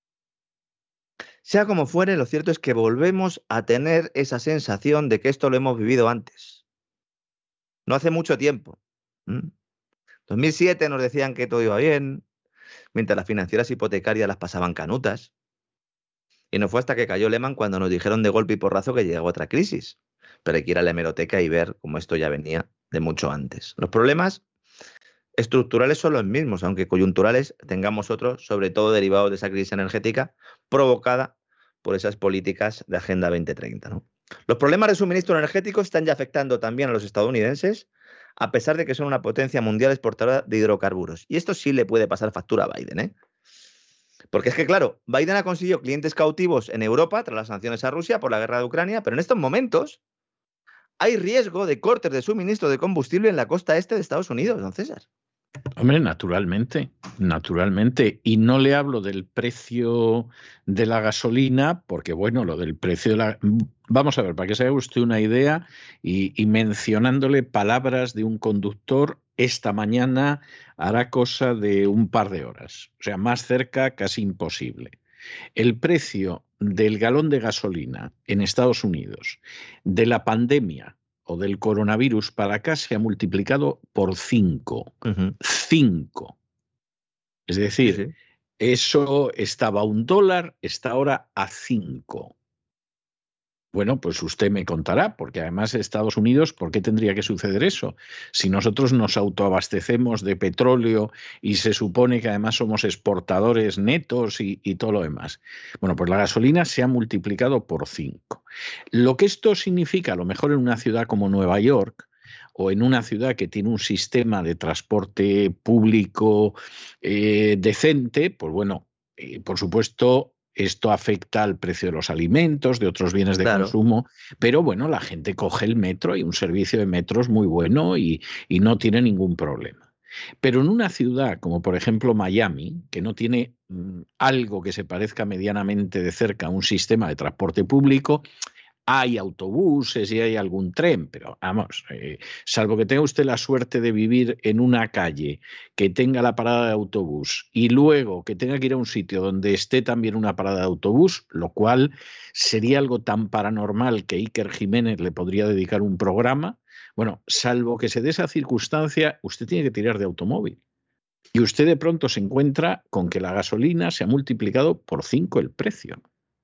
Speaker 3: Sea como fuere, lo cierto es que volvemos a tener esa sensación de que esto lo hemos vivido antes. No hace mucho tiempo. En dos mil siete nos decían que todo iba bien, mientras las financieras hipotecarias las pasaban canutas. Y no fue hasta que cayó Lehman cuando nos dijeron de golpe y porrazo que llegaba otra crisis. Pero hay que ir a la hemeroteca y ver cómo esto ya venía de mucho antes. Los problemas estructurales son los mismos, aunque coyunturales tengamos otros, sobre todo derivados de esa crisis energética provocada por esas políticas de Agenda veinte treinta, ¿no? Los problemas de suministro energético están ya afectando también a los estadounidenses, a pesar de que son una potencia mundial exportadora de hidrocarburos. Y esto sí le puede pasar factura a Biden, ¿eh? Porque es que, claro, Biden ha conseguido clientes cautivos en Europa tras las sanciones a Rusia por la guerra de Ucrania, pero en estos momentos hay riesgo de cortes de suministro de combustible en la costa este de Estados Unidos, don César.
Speaker 1: Hombre, naturalmente, naturalmente. Y no le hablo del precio de la gasolina, porque bueno, lo del precio de la... Vamos a ver, para que se haga usted una idea y, y mencionándole palabras de un conductor, esta mañana hará cosa de un par de horas. O sea, más cerca, casi imposible. El precio del galón de gasolina en Estados Unidos de la pandemia o del coronavirus para acá se ha multiplicado por cinco.
Speaker 3: Uh-huh.
Speaker 1: Cinco. Es decir, sí, sí. Eso estaba a un dólar, está ahora a cinco. Bueno, pues usted me contará, porque además Estados Unidos, ¿por qué tendría que suceder eso? Si nosotros nos autoabastecemos de petróleo y se supone que además somos exportadores netos y, y todo lo demás. Bueno, pues la gasolina se ha multiplicado por cinco. Lo que esto significa, a lo mejor en una ciudad como Nueva York, o en una ciudad que tiene un sistema de transporte público eh, decente, pues bueno, eh, por supuesto... Esto afecta al precio de los alimentos, de otros bienes de claro. consumo, pero bueno, la gente coge el metro y un servicio de metro es muy bueno y, y no tiene ningún problema. Pero en una ciudad como por ejemplo Miami, que no tiene mmm, algo que se parezca medianamente de cerca a un sistema de transporte público, hay autobuses y hay algún tren, pero vamos, eh, salvo que tenga usted la suerte de vivir en una calle que tenga la parada de autobús y luego que tenga que ir a un sitio donde esté también una parada de autobús, lo cual sería algo tan paranormal que Iker Jiménez le podría dedicar un programa. Bueno, salvo que se dé esa circunstancia, usted tiene que tirar de automóvil. Y usted de pronto se encuentra con que la gasolina se ha multiplicado por cinco el precio.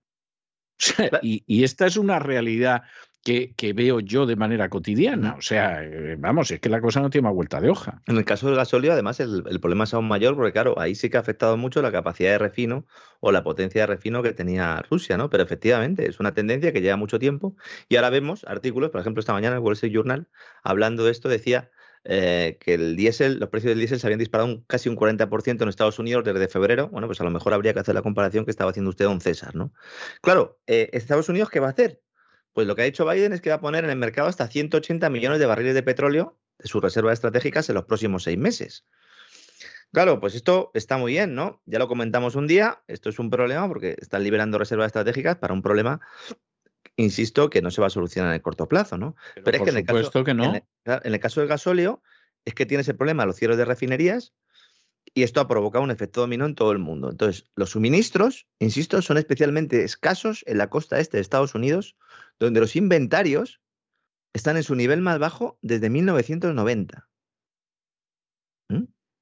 Speaker 1: O sea, y, y esta es una realidad que, que veo yo de manera cotidiana. O sea, eh, vamos, es que la cosa no tiene más vuelta de hoja.
Speaker 3: En el caso del gasóleo, además, el, el problema es aún mayor porque, claro, ahí sí que ha afectado mucho la capacidad de refino o la potencia de refino que tenía Rusia, ¿no? Pero efectivamente, es una tendencia que lleva mucho tiempo y ahora vemos artículos, por ejemplo, esta mañana el Wall Street Journal, hablando de esto, decía... Eh, que el diésel, los precios del diésel se habían disparado un, casi un cuarenta por ciento en Estados Unidos desde febrero. Bueno, pues a lo mejor habría que hacer la comparación que estaba haciendo usted, don César, ¿no? Claro, eh, ¿Estados Unidos qué va a hacer? Pues lo que ha hecho Biden es que va a poner en el mercado hasta ciento ochenta millones de barriles de petróleo de sus reservas estratégicas en los próximos seis meses. Claro, pues esto está muy bien, ¿no? Ya lo comentamos un día, esto es un problema porque están liberando reservas estratégicas para un problema... Insisto que no se va a solucionar en el corto plazo, ¿no?
Speaker 1: Pero,
Speaker 3: Pero es
Speaker 1: por
Speaker 3: que en el,
Speaker 1: supuesto
Speaker 3: caso,
Speaker 1: que no.
Speaker 3: en, el, en el caso del gasóleo es que tienes el problema de los cierres de refinerías y esto ha provocado un efecto dominó en todo el mundo. Entonces, los suministros, insisto, son especialmente escasos en la costa este de Estados Unidos, donde los inventarios están en su nivel más bajo desde mil novecientos noventa. ¿Mm?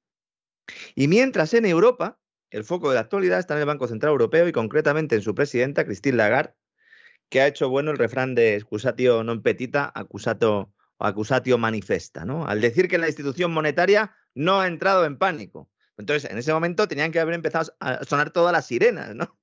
Speaker 3: Y mientras en Europa, el foco de la actualidad está en el Banco Central Europeo y concretamente en su presidenta, Christine Lagarde, que ha hecho bueno el refrán de excusatio non petita, accusato, accusatio manifesta, ¿no? Al decir que la institución monetaria no ha entrado en pánico. Entonces, en ese momento tenían que haber empezado a sonar todas las sirenas, ¿no?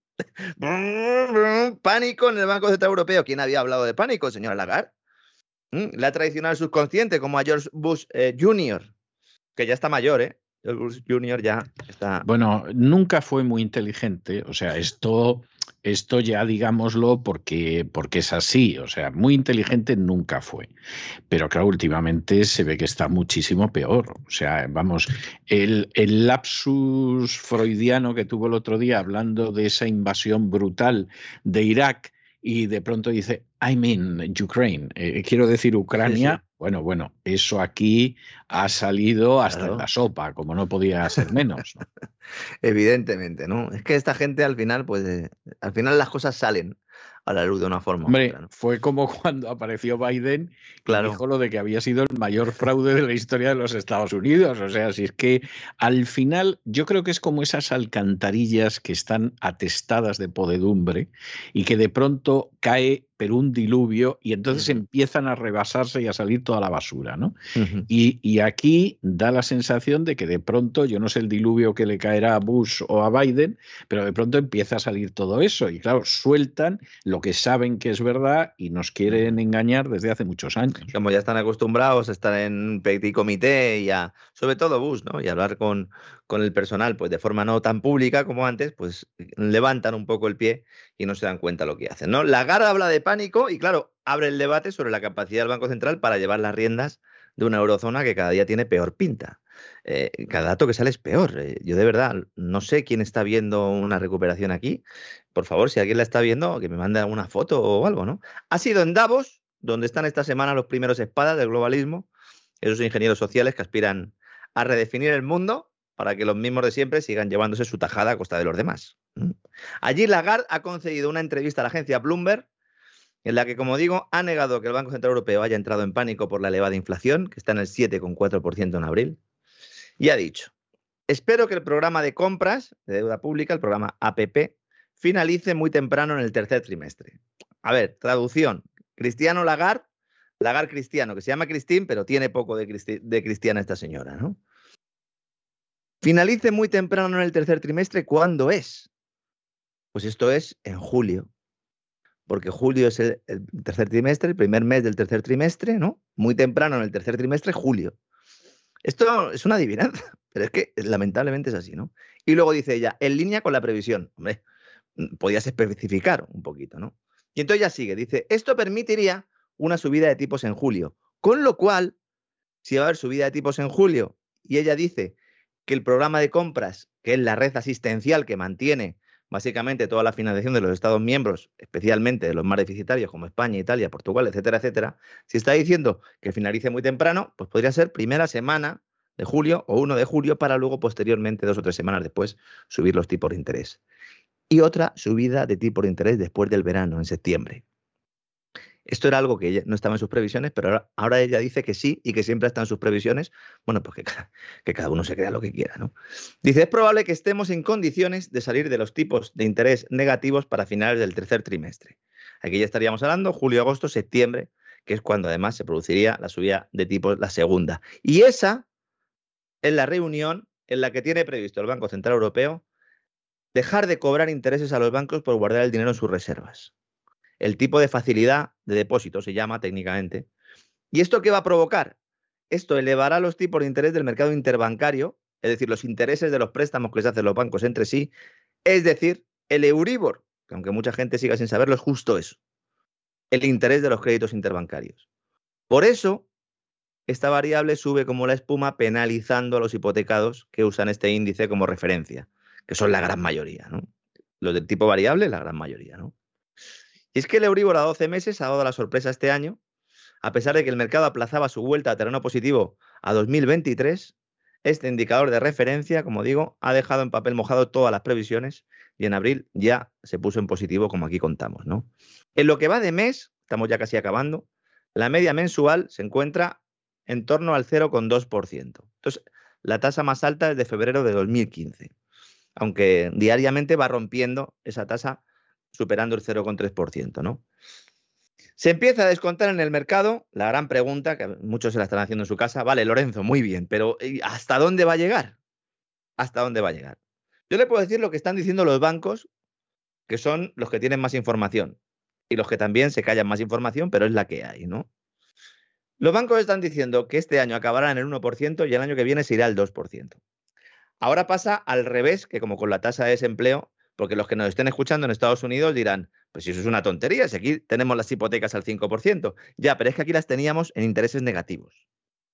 Speaker 3: Pánico en el Banco Central Europeo. ¿Quién había hablado de pánico, señora Lagarde? ¿Mm? La tradicional subconsciente, como a George Bush eh, junior, que ya está mayor, ¿eh? George Bush junior ya está...
Speaker 1: Bueno, nunca fue muy inteligente, o sea, esto... Esto ya digámoslo porque, porque es así, o sea, muy inteligente nunca fue. Pero claro, últimamente se ve que está muchísimo peor. O sea, vamos, el, el lapsus freudiano que tuvo el otro día hablando de esa invasión brutal de Irak y de pronto dice, I mean Ukraine, eh, quiero decir Ucrania. Sí, sí. Bueno, bueno, eso aquí ha salido hasta claro. En la sopa, como no podía ser menos, ¿no?
Speaker 3: Evidentemente, ¿no? Es que esta gente al final, pues, eh, al final las cosas salen a la luz de una forma.
Speaker 1: Hombre, otra, ¿no? Fue como cuando apareció Biden y claro. dijo lo de que había sido el mayor fraude de la historia de los Estados Unidos. O sea, si es que al final yo creo que es como esas alcantarillas que están atestadas de podedumbre y que de pronto cae pero un diluvio y entonces uh-huh. empiezan a rebasarse y a salir toda la basura, ¿no? Uh-huh. Y, y aquí da la sensación de que de pronto, yo no sé el diluvio que le caerá a Bush o a Biden, pero de pronto empieza a salir todo eso y claro, sueltan lo que saben que es verdad y nos quieren engañar desde hace muchos años.
Speaker 3: Como ya están acostumbrados a estar en petit comité y a, sobre todo Bush, ¿no? Y hablar con, con el personal pues de forma no tan pública como antes, pues levantan un poco el pie y no se dan cuenta lo que hacen, ¿no? Lagarde habla de pánico y, claro, abre el debate sobre la capacidad del Banco Central para llevar las riendas de una eurozona que cada día tiene peor pinta. eh, cada dato que sale es peor. Eh, yo de verdad no sé quién está viendo una recuperación aquí. Por favor, si alguien la está viendo, que me mande alguna foto o algo, ¿no? Ha sido en Davos, donde están esta semana los primeros espadas del globalismo, esos ingenieros sociales que aspiran a redefinir el mundo para que los mismos de siempre sigan llevándose su tajada a costa de los demás. Allí Lagarde ha concedido una entrevista a la agencia Bloomberg en la que, como digo, ha negado que el Banco Central Europeo haya entrado en pánico por la elevada inflación, que está en el siete coma cuatro por ciento en abril, y ha dicho: espero que el programa de compras de deuda pública, el programa A P P, finalice muy temprano en el tercer trimestre. A ver, traducción: Cristiano Lagarde, Lagarde Cristiano, que se llama Christine, pero tiene poco de, cristi de cristiana esta señora, ¿no? Finalice muy temprano en el tercer trimestre, ¿cuándo es? Pues esto es en julio. Porque julio es el, el tercer trimestre, el primer mes del tercer trimestre, ¿no? Muy temprano en el tercer trimestre, julio. Esto es una adivinanza, pero es que lamentablemente es así, ¿no? Y luego dice ella, en línea con la previsión. Hombre, podías especificar un poquito, ¿no? Y entonces ya sigue, dice, esto permitiría una subida de tipos en julio. Con lo cual, si va a haber subida de tipos en julio, y ella dice que el programa de compras, que es la red asistencial que mantiene básicamente toda la financiación de los Estados miembros, especialmente de los más deficitarios como España, Italia, Portugal, etcétera, etcétera, si está diciendo que finalice muy temprano, pues podría ser primera semana de julio o uno de julio para luego posteriormente, dos o tres semanas después, subir los tipos de interés. Y otra subida de tipos de interés después del verano, en septiembre. Esto era algo que ella no estaba en sus previsiones, pero ahora, ahora ella dice que sí y que siempre está en sus previsiones. Bueno, pues que, que cada uno se crea lo que quiera, ¿no? Dice, es probable que estemos en condiciones de salir de los tipos de interés negativos para finales del tercer trimestre. Aquí ya estaríamos hablando julio, agosto, septiembre, que es cuando además se produciría la subida de tipos, la segunda. Y esa es la reunión en la que tiene previsto el Banco Central Europeo dejar de cobrar intereses a los bancos por guardar el dinero en sus reservas. El tipo de facilidad de depósito se llama técnicamente. ¿Y esto qué va a provocar? Esto elevará los tipos de interés del mercado interbancario, es decir, los intereses de los préstamos que se hacen los bancos entre sí, es decir, el Euribor, que aunque mucha gente siga sin saberlo, es justo eso, el interés de los créditos interbancarios. Por eso, esta variable sube como la espuma, penalizando a los hipotecados que usan este índice como referencia, que son la gran mayoría, ¿no? Los del tipo variable, la gran mayoría, ¿no? Y es que el Euribor a doce meses ha dado la sorpresa este año, a pesar de que el mercado aplazaba su vuelta a terreno positivo a dos mil veintitrés, este indicador de referencia, como digo, ha dejado en papel mojado todas las previsiones y en abril ya se puso en positivo, como aquí contamos, ¿no? En lo que va de mes, estamos ya casi acabando, la media mensual se encuentra en torno al cero coma dos por ciento. Entonces, la tasa más alta es de febrero de dos mil quince, aunque diariamente va rompiendo esa tasa superando el cero coma tres por ciento, ¿no? Se empieza a descontar en el mercado la gran pregunta, que muchos se la están haciendo en su casa, vale, Lorenzo, muy bien, pero ¿hasta dónde va a llegar? ¿Hasta dónde va a llegar? Yo le puedo decir lo que están diciendo los bancos, que son los que tienen más información, y los que también se callan más información, pero es la que hay, ¿no? Los bancos están diciendo que este año acabará en el uno por ciento y el año que viene se irá al dos por ciento. Ahora pasa al revés, que como con la tasa de desempleo, porque los que nos estén escuchando en Estados Unidos dirán, pues si eso es una tontería, si aquí tenemos las hipotecas al cinco por ciento. Ya, pero es que aquí las teníamos en intereses negativos.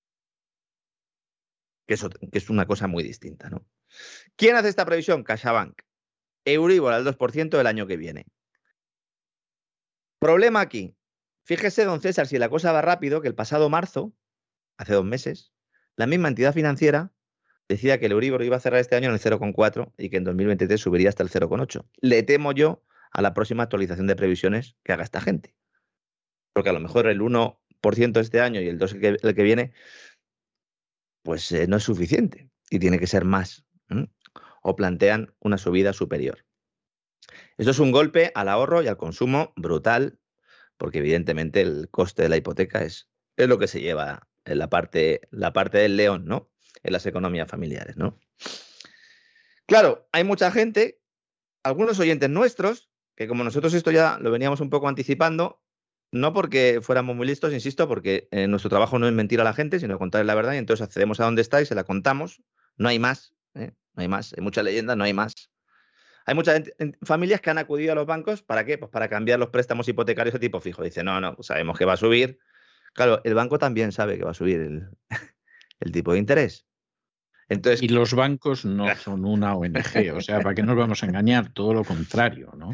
Speaker 3: Que es, que es una cosa muy distinta, ¿no? ¿Quién hace esta previsión? CaixaBank. Euribor al dos por ciento el año que viene. Problema aquí. Fíjese, don César, si la cosa va rápido, que el pasado marzo, hace dos meses, la misma entidad financiera decía que el Euribor iba a cerrar este año en el cero coma cuatro y que en dos mil veintitrés subiría hasta el cero coma ocho. Le temo yo a la próxima actualización de previsiones que haga esta gente. Porque a lo mejor el uno por ciento este año y el dos por ciento el que viene, pues eh, no es suficiente y tiene que ser más. ¿eh? O plantean una subida superior. Esto es un golpe al ahorro y al consumo brutal, porque evidentemente el coste de la hipoteca es, es lo que se lleva en la parte, la parte del león, ¿no? En las economías familiares, ¿no? Claro, hay mucha gente, algunos oyentes nuestros, que como nosotros esto ya lo veníamos un poco anticipando, no porque fuéramos muy listos, insisto, porque eh, nuestro trabajo no es mentir a la gente, sino contarles la verdad, y entonces accedemos a donde está y se la contamos. No hay más, ¿eh? No hay más, hay mucha leyenda, no hay más. Hay muchas familias que han acudido a los bancos, ¿para qué? Pues para cambiar los préstamos hipotecarios de tipo fijo. Dice, no, no, sabemos que va a subir. Claro, el banco también sabe que va a subir el, el tipo de interés. Entonces,
Speaker 1: y los bancos no son una O N G, o sea, ¿para qué nos vamos a engañar? Todo lo contrario, ¿no?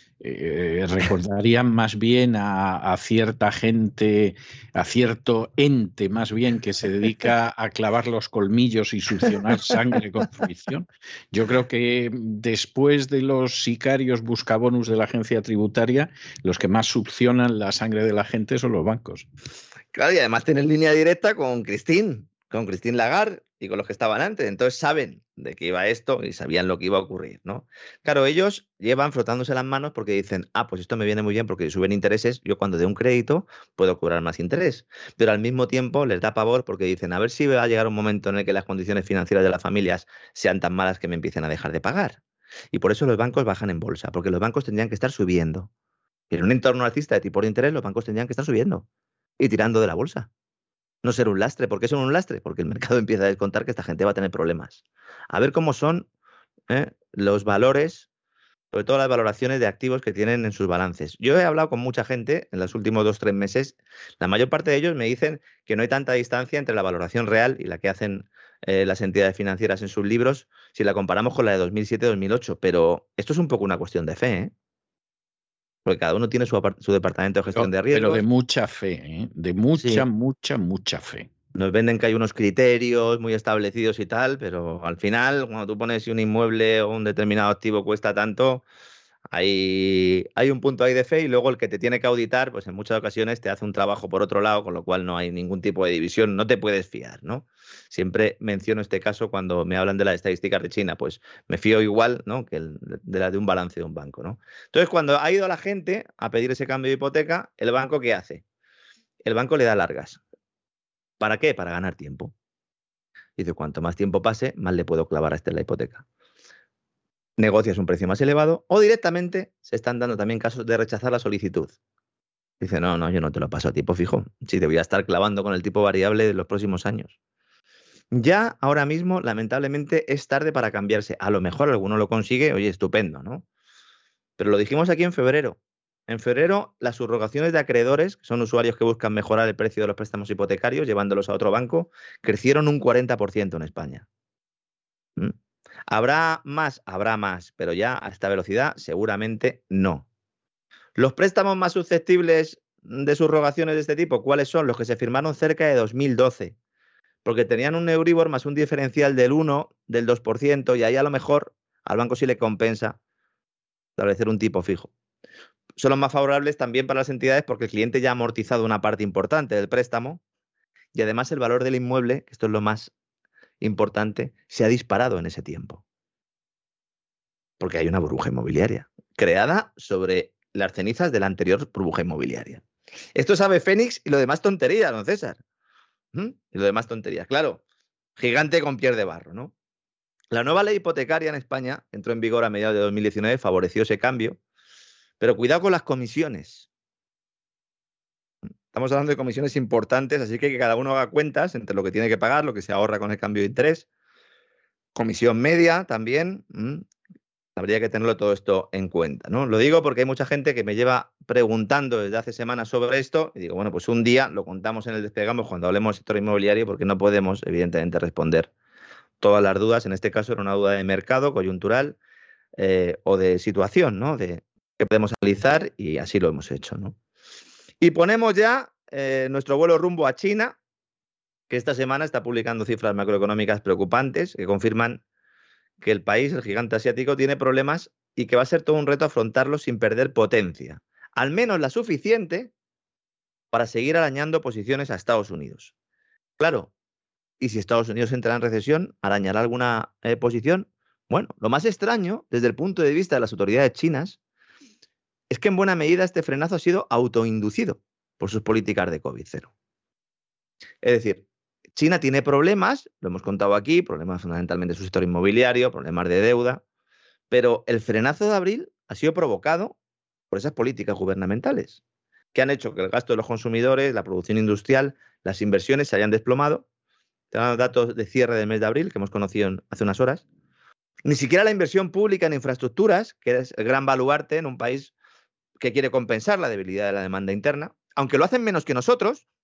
Speaker 1: Eh, recordarían más bien a, a cierta gente, a cierto ente más bien que se dedica a clavar los colmillos y succionar sangre con fruición. Yo creo que después de los sicarios buscabonus de la agencia tributaria, los que más succionan la sangre de la gente son los bancos.
Speaker 3: Claro, y además tienen línea directa con Christine, con Christine Lagarde y con los que estaban antes. Entonces saben de qué iba esto y sabían lo que iba a ocurrir, ¿no? Claro, ellos llevan frotándose las manos porque dicen, ah, pues esto me viene muy bien porque si suben intereses, yo cuando dé un crédito puedo cobrar más interés. Pero al mismo tiempo les da pavor porque dicen, a ver si va a llegar un momento en el que las condiciones financieras de las familias sean tan malas que me empiecen a dejar de pagar. Y por eso los bancos bajan en bolsa, porque los bancos tendrían que estar subiendo. Y en un entorno alcista de tipo de interés, los bancos tendrían que estar subiendo y tirando de la bolsa. No ser un lastre. ¿Por qué son un lastre? Porque el mercado empieza a descontar que esta gente va a tener problemas. A ver cómo son ¿eh? los valores, sobre todo las valoraciones de activos que tienen en sus balances. Yo he hablado con mucha gente en los últimos dos o tres meses. La mayor parte de ellos me dicen que no hay tanta distancia entre la valoración real y la que hacen eh, las entidades financieras en sus libros si la comparamos con la de dos mil siete dos mil ocho. Pero esto es un poco una cuestión de fe, ¿eh? Porque cada uno tiene su, su departamento de gestión
Speaker 1: pero,
Speaker 3: de riesgos.
Speaker 1: Pero de mucha fe, ¿eh? De mucha, sí. mucha, mucha fe.
Speaker 3: Nos venden que hay unos criterios muy establecidos y tal, pero al final, cuando tú pones si un inmueble o un determinado activo cuesta tanto, hay, hay un punto ahí de fe y luego el que te tiene que auditar, pues en muchas ocasiones te hace un trabajo por otro lado, con lo cual no hay ningún tipo de división, no te puedes fiar, ¿no? Siempre menciono este caso cuando me hablan de las estadísticas de China, pues me fío igual, ¿no? que el, de la de un balance de un banco, ¿no? Entonces, cuando ha ido la gente a pedir ese cambio de hipoteca, ¿el banco qué hace? El banco le da largas. ¿Para qué? Para ganar tiempo. Dice, cuanto más tiempo pase, más le puedo clavar a este en la hipoteca. Negocias un precio más elevado o directamente se están dando también casos de rechazar la solicitud. Dice, no, no, yo no te lo paso a tipo fijo. Sí, te voy a estar clavando con el tipo variable de los próximos años. Ya ahora mismo, lamentablemente, es tarde para cambiarse. A lo mejor alguno lo consigue, oye, estupendo, ¿no? Pero lo dijimos aquí en febrero. En febrero, las subrogaciones de acreedores, que son usuarios que buscan mejorar el precio de los préstamos hipotecarios llevándolos a otro banco, crecieron un cuarenta por ciento en España. ¿Mm? ¿Habrá más? Habrá más, pero ya a esta velocidad seguramente no. ¿Los préstamos más susceptibles de subrogaciones de este tipo, cuáles son? Los que se firmaron cerca de dos mil doce, porque tenían un Euribor más un diferencial del uno, del dos por ciento, y ahí a lo mejor al banco sí le compensa establecer un tipo fijo. Son los más favorables también para las entidades porque el cliente ya ha amortizado una parte importante del préstamo y además el valor del inmueble, que esto es lo más importante, se ha disparado en ese tiempo. Porque hay una burbuja inmobiliaria creada sobre las cenizas de la anterior burbuja inmobiliaria. Esto es ave fénix y lo demás tonterías, don César. ¿Mm? Y lo demás tonterías. Claro, gigante con pies de barro, ¿no? La nueva ley hipotecaria en España entró en vigor a mediados de dos mil diecinueve, favoreció ese cambio. Pero cuidado con las comisiones. Estamos hablando de comisiones importantes, así que que cada uno haga cuentas entre lo que tiene que pagar, lo que se ahorra con el cambio de interés. Comisión media también. Mmm, habría que tenerlo todo esto en cuenta, ¿no? Lo digo porque hay mucha gente que me lleva preguntando desde hace semanas sobre esto y digo, bueno, pues un día lo contamos en el Despegamos cuando hablemos del sector inmobiliario porque no podemos, evidentemente, responder todas las dudas. En este caso era una duda de mercado, coyuntural eh, o de situación, ¿no? De que podemos analizar y así lo hemos hecho, ¿no? Y ponemos ya eh, nuestro vuelo rumbo a China, que esta semana está publicando cifras macroeconómicas preocupantes que confirman que el país, el gigante asiático, tiene problemas y que va a ser todo un reto afrontarlos sin perder potencia, al menos la suficiente para seguir arañando posiciones a Estados Unidos. Claro, y si Estados Unidos entra en recesión, ¿arañará alguna eh, posición? Bueno, lo más extraño, desde el punto de vista de las autoridades chinas, es que en buena medida este frenazo ha sido autoinducido por sus políticas de COVID cero. Es decir, China tiene problemas, lo hemos contado aquí, problemas fundamentalmente de su sector inmobiliario, problemas de deuda, pero el frenazo de abril ha sido provocado por esas políticas gubernamentales que han hecho que el gasto de los consumidores, la producción industrial, las inversiones se hayan desplomado. Tenemos datos de cierre del mes de abril que hemos conocido hace unas horas. Ni siquiera la inversión pública en infraestructuras, que es el gran baluarte en un país que quiere compensar la debilidad de la demanda interna, aunque lo hacen menos que nosotros,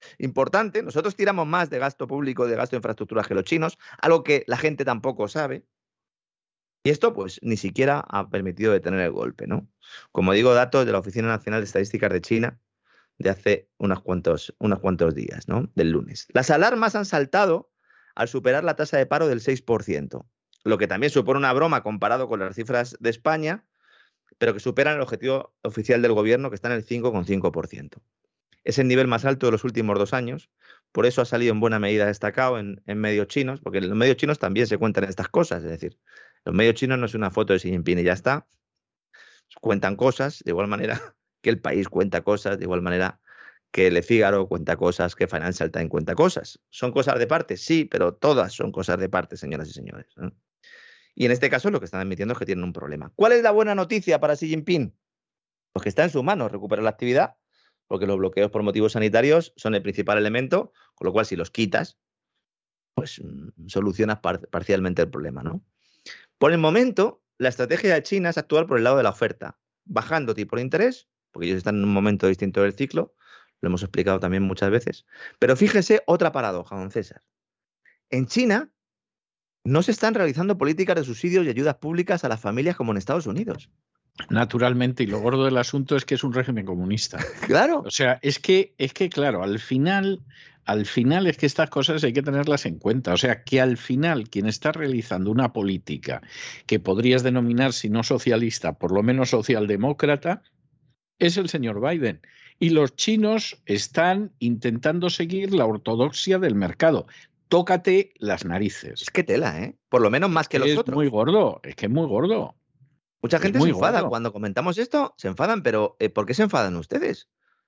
Speaker 3: importante. Nosotros tiramos más de gasto público, de gasto de infraestructuras que los chinos, algo que la gente tampoco sabe. Y esto, pues, ni siquiera ha permitido detener el golpe, ¿no? Como digo, datos de la Oficina Nacional de Estadísticas de China de hace unos cuantos, unos cuantos días, ¿no? Del lunes. Las alarmas han saltado al superar la tasa de paro del seis por ciento, lo que también supone una broma comparado con las cifras de España, pero que superan el objetivo oficial del gobierno, que está en el cinco coma cinco por ciento. Es el nivel más alto de los últimos dos años, por eso ha salido en buena medida destacado en, en medios chinos, porque en los medios chinos también se cuentan estas cosas, es decir, los medios chinos no es una foto de Xi Jinping y ya está, cuentan cosas de igual manera que El País cuenta cosas, de igual manera que Le Figaro cuenta cosas, que Financial Times cuenta cosas. ¿Son cosas de parte? Sí, pero todas son cosas de parte, señoras y señores, ¿no? Y en este caso lo que están admitiendo es que tienen un problema. ¿Cuál es la buena noticia para Xi Jinping? Pues que está en sus manos recuperar la actividad, porque los bloqueos por motivos sanitarios son el principal elemento, con lo cual si los quitas, pues solucionas par- parcialmente el problema, ¿no? Por el momento, la estrategia de China es actuar por el lado de la oferta, bajando tipo de interés, porque ellos están en un momento distinto del ciclo, lo hemos explicado también muchas veces. Pero fíjese otra paradoja, don César. En China no se están realizando políticas de subsidios y ayudas públicas a las familias como en Estados Unidos.
Speaker 1: Naturalmente, y lo gordo del asunto es que es un régimen comunista.
Speaker 3: Claro.
Speaker 1: O sea, es que, es que claro, al final, al final es que estas cosas hay que tenerlas en cuenta. O sea, que al final quien está realizando una política que podrías denominar, si no socialista, por lo menos socialdemócrata, es el señor Biden. Y los chinos están intentando seguir la ortodoxia del mercado. Tócate las narices.
Speaker 3: Es que tela, ¿eh? Por lo menos más que los
Speaker 1: es
Speaker 3: otros.
Speaker 1: Es muy gordo, es que es muy gordo.
Speaker 3: Mucha gente se enfada
Speaker 1: gordo.
Speaker 3: Cuando comentamos esto, se enfadan, pero eh, ¿por qué se enfadan ustedes?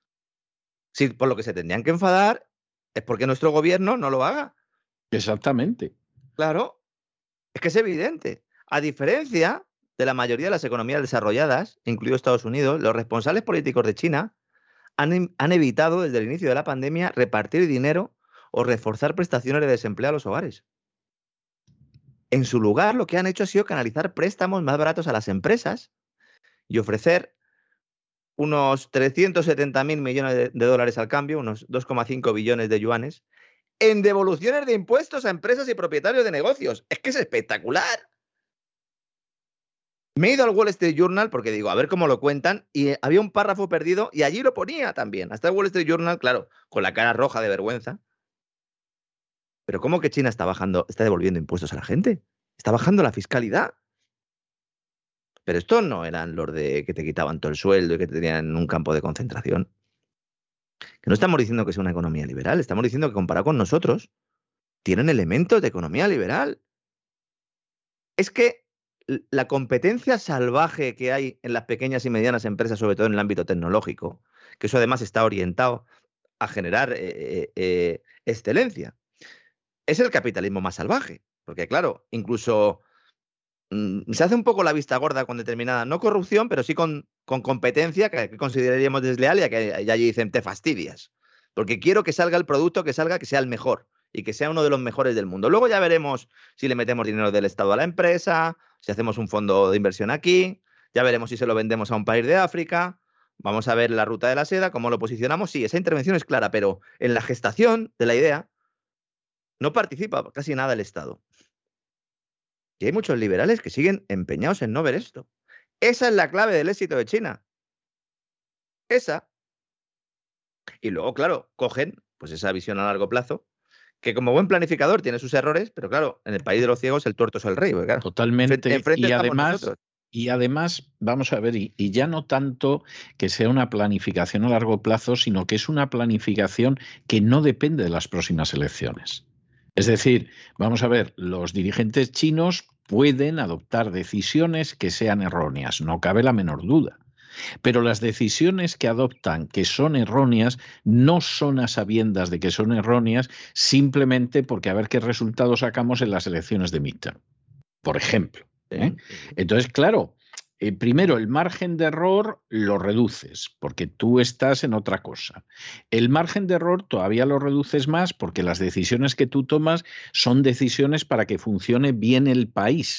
Speaker 3: Si por lo que se tendrían que enfadar es porque nuestro gobierno no lo haga.
Speaker 1: Exactamente.
Speaker 3: Claro, es que es evidente. A diferencia de la mayoría de las economías desarrolladas, incluido Estados Unidos, los responsables políticos de China han, han evitado desde el inicio de la pandemia repartir dinero o reforzar prestaciones de desempleo a los hogares. En su lugar, lo que han hecho ha sido canalizar préstamos más baratos a las empresas y ofrecer unos trescientos setenta mil millones de, de dólares al cambio, unos dos coma cinco billones de yuanes, en devoluciones de impuestos a empresas y propietarios de negocios. Es que es espectacular. Me he ido al Wall Street Journal porque digo, a ver cómo lo cuentan, y había un párrafo perdido y allí lo ponía también. Hasta el Wall Street Journal, claro, con la cara roja de vergüenza. Pero ¿cómo que China está bajando, está devolviendo impuestos a la gente? Está bajando la fiscalidad. Pero estos no eran los de que te quitaban todo el sueldo y que te tenían en un campo de concentración. Que no estamos diciendo que sea una economía liberal, estamos diciendo que comparado con nosotros, tienen elementos de economía liberal. Es que la competencia salvaje que hay en las pequeñas y medianas empresas, sobre todo en el ámbito tecnológico, que eso además está orientado a generar eh, eh, excelencia, es el capitalismo más salvaje. Porque claro, incluso mmm, se hace un poco la vista gorda con determinada, no corrupción, pero sí con, con competencia que, que consideraríamos desleal, y a que ya allí dicen, te fastidias. Porque quiero que salga el producto, que salga, que sea el mejor y que sea uno de los mejores del mundo. Luego ya veremos si le metemos dinero del Estado a la empresa, si hacemos un fondo de inversión aquí, ya veremos si se lo vendemos a un país de África, vamos a ver la ruta de la seda, cómo lo posicionamos. Sí, esa intervención es clara, pero en la gestación de la idea no participa casi nada el Estado. Y hay muchos liberales que siguen empeñados en no ver esto. Esa es la clave del éxito de China. Esa. Y luego, claro, cogen pues esa visión a largo plazo, que como buen planificador tiene sus errores, pero claro, en el país de los ciegos el tuerto es el rey. Claro,
Speaker 1: totalmente.
Speaker 3: Enfrente
Speaker 1: y, además,
Speaker 3: nosotros.
Speaker 1: y además, vamos a ver, y, y ya no tanto que sea una planificación a largo plazo, sino que es una planificación que no depende de las próximas elecciones. Es decir, vamos a ver, los dirigentes chinos pueden adoptar decisiones que sean erróneas, no cabe la menor duda. Pero las decisiones que adoptan que son erróneas no son a sabiendas de que son erróneas simplemente porque a ver qué resultados sacamos en las elecciones de midterm, por ejemplo, ¿eh? Entonces, claro, eh, primero el margen de error lo reduces porque tú estás en otra cosa. El margen de error todavía lo reduces más porque las decisiones que tú tomas son decisiones para que funcione bien el país.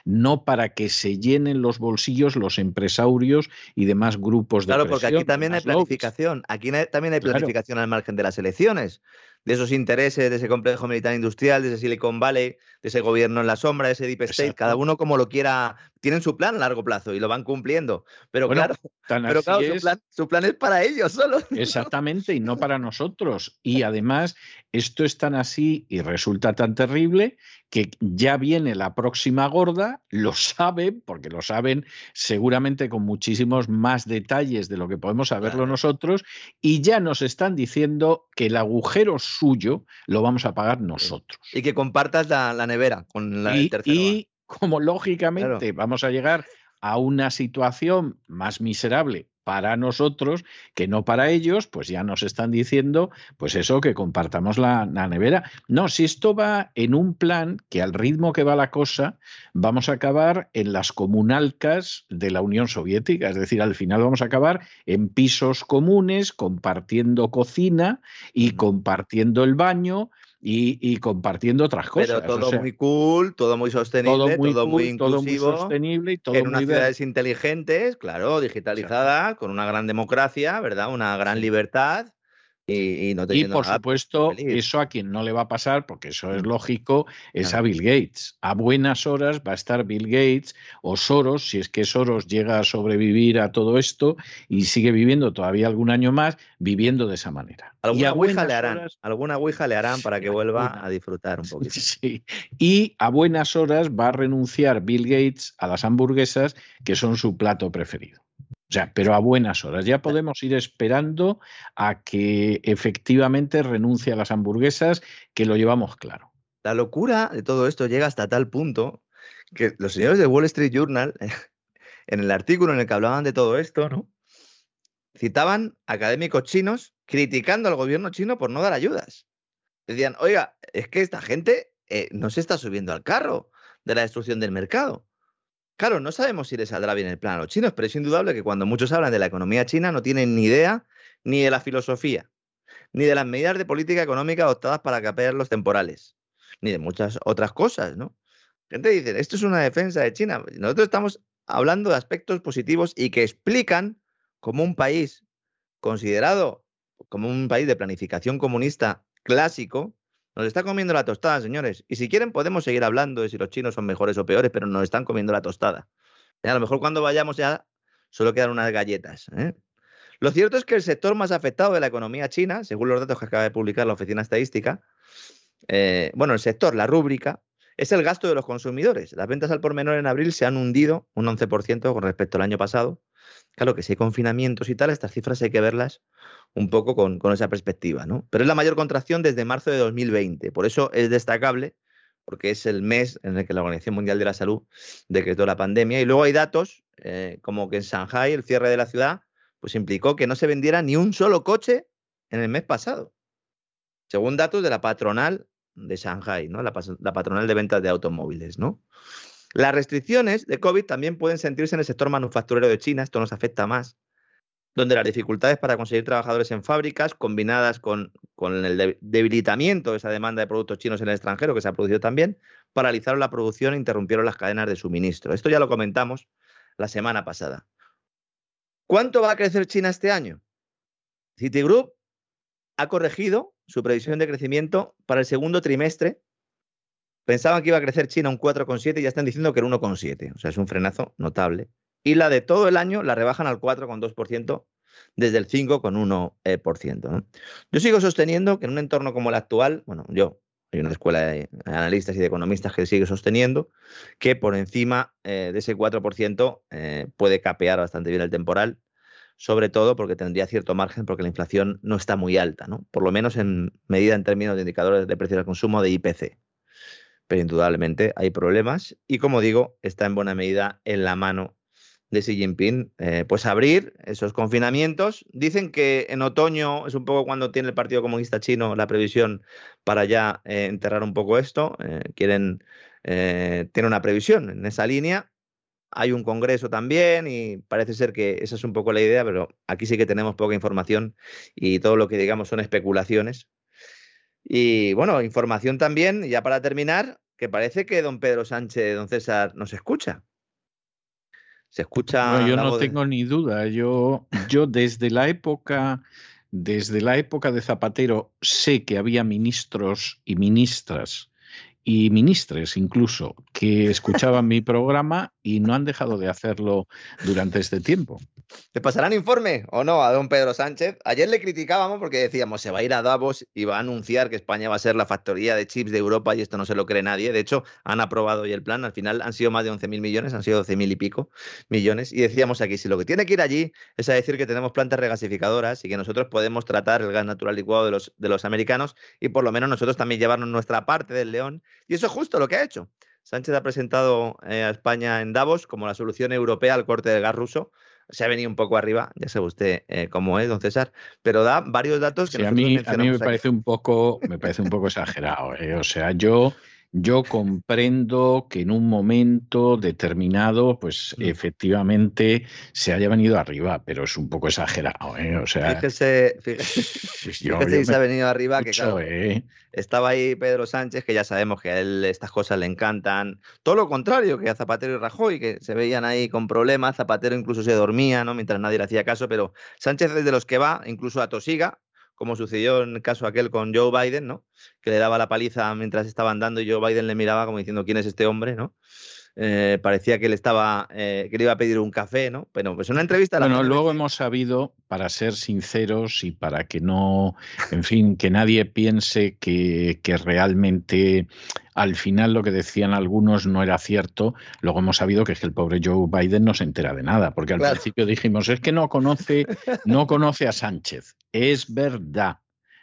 Speaker 1: no para que se llenen los bolsillos los empresarios y demás grupos de
Speaker 3: Claro,
Speaker 1: presión.
Speaker 3: porque aquí también hay planificación. Aquí también hay planificación claro. al margen de las elecciones, de esos intereses, de ese complejo militar industrial, de ese Silicon Valley, de ese gobierno en la sombra, de ese Deep State, Exacto. cada uno como lo quiera, tienen su plan a largo plazo y lo van cumpliendo. Pero bueno, claro, pero claro su, plan, su plan es para ellos solo.
Speaker 1: Exactamente, y no para nosotros. Y además, esto es tan así y resulta tan terrible que ya viene la próxima gorda, lo saben, porque lo saben seguramente con muchísimos más detalles de lo que podemos saberlo claro. nosotros, y ya nos están diciendo que el agujero suyo lo vamos a pagar nosotros.
Speaker 3: Y que compartas la, la nevera con la
Speaker 1: y,
Speaker 3: del tercero.
Speaker 1: Y como lógicamente claro. vamos a llegar a una situación más miserable para nosotros que no para ellos, pues ya nos están diciendo, pues eso, que compartamos la, la nevera. No, si esto va en un plan que al ritmo que va la cosa, vamos a acabar en las comunalcas de la Unión Soviética, es decir, al final vamos a acabar en pisos comunes, compartiendo cocina y compartiendo el baño, Y, y compartiendo otras cosas.
Speaker 3: Pero todo
Speaker 1: o sea,
Speaker 3: muy cool, todo muy sostenible, todo muy, todo cool, muy inclusivo,
Speaker 1: todo muy sostenible y todo
Speaker 3: en unas
Speaker 1: muy
Speaker 3: ciudades ver... inteligentes, claro, digitalizadas, con una gran democracia, ¿verdad? Una gran sí. libertad. Y, y, no
Speaker 1: y por nada, supuesto, eso a quien no le va a pasar, porque eso es lógico, es claro. a Bill Gates. A buenas horas va a estar Bill Gates o Soros, si es que Soros llega a sobrevivir a todo esto y sigue viviendo todavía algún año más, viviendo de esa manera.
Speaker 3: Alguna
Speaker 1: y a
Speaker 3: ouija le harán,
Speaker 1: horas,
Speaker 3: alguna ouija le harán para que vuelva alguna. a disfrutar un poquito.
Speaker 1: Sí. Y a buenas horas va a renunciar Bill Gates a las hamburguesas, que son su plato preferido. O sea, pero a buenas horas. Ya podemos ir esperando a que efectivamente renuncie a las hamburguesas, que lo llevamos claro.
Speaker 3: La locura de todo esto llega hasta tal punto que los señores de Wall Street Journal, en el artículo en el que hablaban de todo esto, ¿no?, citaban académicos chinos criticando al gobierno chino por no dar ayudas. Decían, oiga, es que esta gente eh, no se está subiendo al carro de la destrucción del mercado. Claro, no sabemos si les saldrá bien el plan a los chinos, pero es indudable que cuando muchos hablan de la economía china no tienen ni idea ni de la filosofía, ni de las medidas de política económica adoptadas para capear los temporales, ni de muchas otras cosas, ¿no? Gente dice, esto es una defensa de China. Nosotros estamos hablando de aspectos positivos y que explican cómo un país considerado como un país de planificación comunista clásico nos está comiendo la tostada, señores. Y si quieren podemos seguir hablando de si los chinos son mejores o peores, pero nos están comiendo la tostada. Y a lo mejor cuando vayamos ya solo quedan unas galletas, ¿eh? Lo cierto es que el sector más afectado de la economía china, según los datos que acaba de publicar la Oficina Estadística, eh, bueno, el sector, la rúbrica, es el gasto de los consumidores. Las ventas al por menor en abril se han hundido un once por ciento con respecto al año pasado. Claro que si hay confinamientos y tal, estas cifras hay que verlas un poco con, con esa perspectiva, ¿no? Pero es la mayor contracción desde marzo de dos mil veinte. Por eso es destacable, porque es el mes en el que la Organización Mundial de la Salud decretó la pandemia. Y luego hay datos eh, como que en Shanghái el cierre de la ciudad pues implicó que no se vendiera ni un solo coche en el mes pasado, según datos de la patronal de Shanghái, ¿no? La, la patronal de ventas de automóviles, ¿no? Las restricciones de COVID también pueden sentirse en el sector manufacturero de China, esto nos afecta más, donde las dificultades para conseguir trabajadores en fábricas, combinadas con, con el debilitamiento de esa demanda de productos chinos en el extranjero, que se ha producido también, paralizaron la producción e interrumpieron las cadenas de suministro. Esto ya lo comentamos la semana pasada. ¿Cuánto va a crecer China este año? Citigroup ha corregido su previsión de crecimiento para el segundo trimestre. Pensaban que iba a crecer China un cuatro coma siete y ya están diciendo que el uno coma siete. O sea, es un frenazo notable. Y la de todo el año la rebajan al cuatro coma dos por ciento desde el cinco coma uno por ciento, ¿no? Yo sigo sosteniendo que en un entorno como el actual, bueno, yo, hay una escuela de analistas y de economistas que sigue sosteniendo que por encima eh, de ese cuatro por ciento eh, puede capear bastante bien el temporal, sobre todo porque tendría cierto margen porque la inflación no está muy alta, ¿no? Por lo menos en medida en términos de indicadores de precios al consumo de I P C. Pero indudablemente hay problemas y, como digo, está en buena medida en la mano de Xi Jinping, eh, pues abrir esos confinamientos. Dicen que en otoño es un poco cuando tiene el Partido Comunista Chino la previsión para ya eh, enterrar un poco esto. Eh, quieren, eh, tiene una previsión en esa línea. Hay un congreso también y parece ser que esa es un poco la idea, pero aquí sí que tenemos poca información y todo lo que digamos son especulaciones. Y bueno, información también, ya para terminar, que parece que don Pedro Sánchez, don César, nos escucha. Se escucha.
Speaker 1: No, yo
Speaker 3: la
Speaker 1: no
Speaker 3: voz de-
Speaker 1: tengo ni duda. Yo, yo desde la época, desde la época de Zapatero sé que había ministros y ministras y ministres incluso que escuchaban mi programa y no han dejado de hacerlo durante este tiempo.
Speaker 3: ¿Le pasarán informe o no a don Pedro Sánchez? Ayer le criticábamos porque decíamos, se va a ir a Davos y va a anunciar que España va a ser la factoría de chips de Europa y esto no se lo cree nadie. De hecho, han aprobado hoy el plan. Al final han sido más de once mil millones, han sido doce mil y pico millones. Y decíamos aquí, si lo que tiene que ir allí es a decir que tenemos plantas regasificadoras y que nosotros podemos tratar el gas natural licuado de los, de los americanos y por lo menos nosotros también llevarnos nuestra parte del león. Y eso es justo lo que ha hecho. Sánchez ha presentado eh, a España en Davos como la solución europea al corte del gas ruso. Se ha venido un poco arriba, ya sabe usted eh, cómo es, don César, pero da varios datos que
Speaker 1: Sí, a
Speaker 3: nosotros
Speaker 1: mí, a
Speaker 3: mencionamos
Speaker 1: mí me
Speaker 3: aquí.
Speaker 1: parece un poco, me parece un poco exagerado. ¿eh? O sea, yo, yo comprendo que en un momento determinado, pues
Speaker 3: Mm.
Speaker 1: efectivamente se haya venido arriba, pero es un poco exagerado. ¿eh? O sea,
Speaker 3: Fíjese, fíjese,
Speaker 1: yo,
Speaker 3: fíjese
Speaker 1: yo
Speaker 3: si se ha
Speaker 1: me
Speaker 3: venido arriba, que
Speaker 1: escucho,
Speaker 3: claro,
Speaker 1: ¿eh?
Speaker 3: estaba ahí Pedro Sánchez, que ya sabemos que a él estas cosas le encantan. Todo lo contrario que a Zapatero y Rajoy, que se veían ahí con problemas. Zapatero incluso se dormía, ¿no? Mientras nadie le hacía caso, pero Sánchez es de los que va, incluso a tosiga, como sucedió en el caso aquel con Joe Biden, ¿no? Que le daba la paliza mientras estaba andando y Joe Biden le miraba como diciendo, ¿quién es este hombre, no? Eh, parecía que le estaba, eh, que le iba a pedir un café, ¿no? Pero pues en una entrevista a la
Speaker 1: Bueno,
Speaker 3: C N B C,
Speaker 1: luego hemos sabido, para ser sinceros y para que no, en fin, que nadie piense que, que realmente al final lo que decían algunos no era cierto, luego hemos sabido que es que el pobre Joe Biden no se entera de nada, porque al
Speaker 3: claro.
Speaker 1: principio dijimos, es que no conoce, no conoce a Sánchez. Es verdad,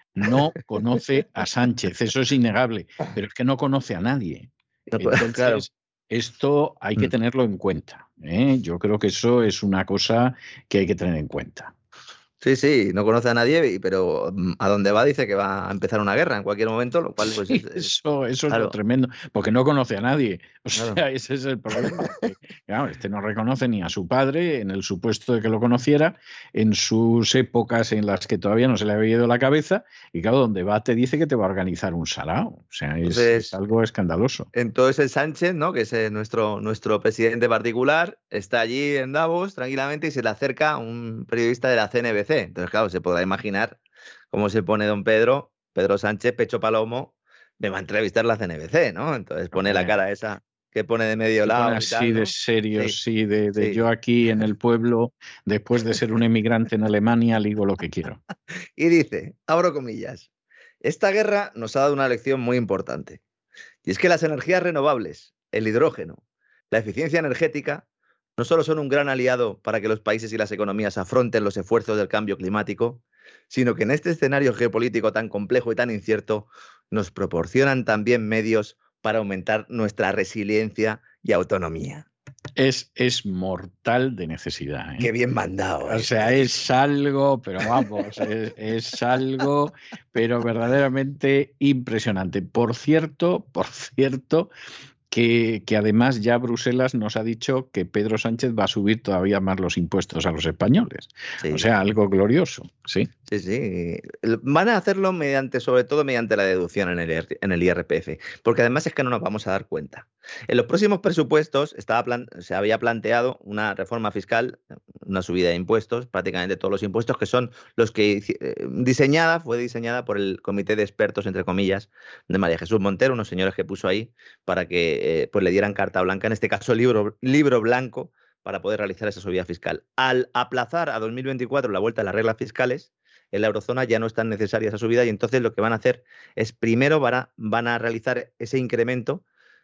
Speaker 1: no conoce a Sánchez, eso es innegable, pero es que no conoce a nadie.
Speaker 3: No, pues,
Speaker 1: Entonces,
Speaker 3: claro.
Speaker 1: esto hay que
Speaker 3: Mm.
Speaker 1: tenerlo en cuenta. ¿eh? Yo creo que eso es una cosa que hay que tener en cuenta.
Speaker 3: Sí, sí, no conoce a nadie, y- pero mm, a donde va dice que va a empezar una guerra en cualquier momento, lo cual pues es, es-
Speaker 1: Eso, eso es
Speaker 3: claro,
Speaker 1: lo tremendo, porque no conoce a nadie. O
Speaker 3: claro.
Speaker 1: sea, ese es el problema. que, claro, este no reconoce ni a su padre, en el supuesto de que lo conociera, en sus épocas en las que todavía no se le había ido la cabeza, y claro, donde va te dice que te va a organizar un sarao. O sea, es,
Speaker 3: Entonces,
Speaker 1: es algo escandaloso.
Speaker 3: entonces el Sánchez, ¿no? Que es eh, nuestro, nuestro presidente particular, está allí en Davos tranquilamente y se le acerca un periodista de la C N B C. Entonces, claro, se podrá imaginar cómo se pone don Pedro, Pedro Sánchez, pecho palomo, me va a entrevistar la C N B C, ¿no? Entonces pone la
Speaker 1: Hombre,
Speaker 3: cara esa que pone de medio
Speaker 1: se
Speaker 3: lado
Speaker 1: pone
Speaker 3: y
Speaker 1: así
Speaker 3: tal,
Speaker 1: de
Speaker 3: ¿no?
Speaker 1: serio,
Speaker 3: Sí,
Speaker 1: sí, de, de
Speaker 3: sí.
Speaker 1: yo aquí en el pueblo, después de ser un emigrante en Alemania, digo lo que quiero.
Speaker 3: Y dice, abro comillas, esta guerra nos ha dado una lección muy importante. Y es que las energías renovables, el hidrógeno, la eficiencia energética, no solo son un gran aliado para que los países y las economías afronten los esfuerzos del cambio climático, sino que en este escenario geopolítico tan complejo y tan incierto, nos proporcionan también medios para aumentar nuestra resiliencia y autonomía.
Speaker 1: Es, es mortal de necesidad. ¿eh?
Speaker 3: Qué bien mandado.
Speaker 1: O
Speaker 3: ¿eh?
Speaker 1: sea, es algo, pero vamos, es, es algo, pero verdaderamente impresionante. Por cierto, por cierto, que, que además ya Bruselas nos ha dicho que Pedro Sánchez va a subir todavía más los impuestos a los españoles.
Speaker 3: Sí.
Speaker 1: O sea, algo glorioso, ¿sí?
Speaker 3: Sí, sí. Van a hacerlo mediante, sobre todo mediante la deducción en el, en el I R P F, porque además es que no nos vamos a dar cuenta. En los próximos presupuestos estaba plan, se había planteado una reforma fiscal, una subida de impuestos, prácticamente todos los impuestos, que son los que eh, diseñada, fue diseñada por el comité de expertos, entre comillas, de María Jesús Montero, unos señores que puso ahí para que eh, pues le dieran carta blanca, en este caso libro, libro blanco, para poder realizar esa subida fiscal. Al aplazar a dos mil veinticuatro la vuelta a las reglas fiscales, en la eurozona ya no es tan necesaria esa subida y entonces lo que van a hacer es primero van a, van a realizar ese incremento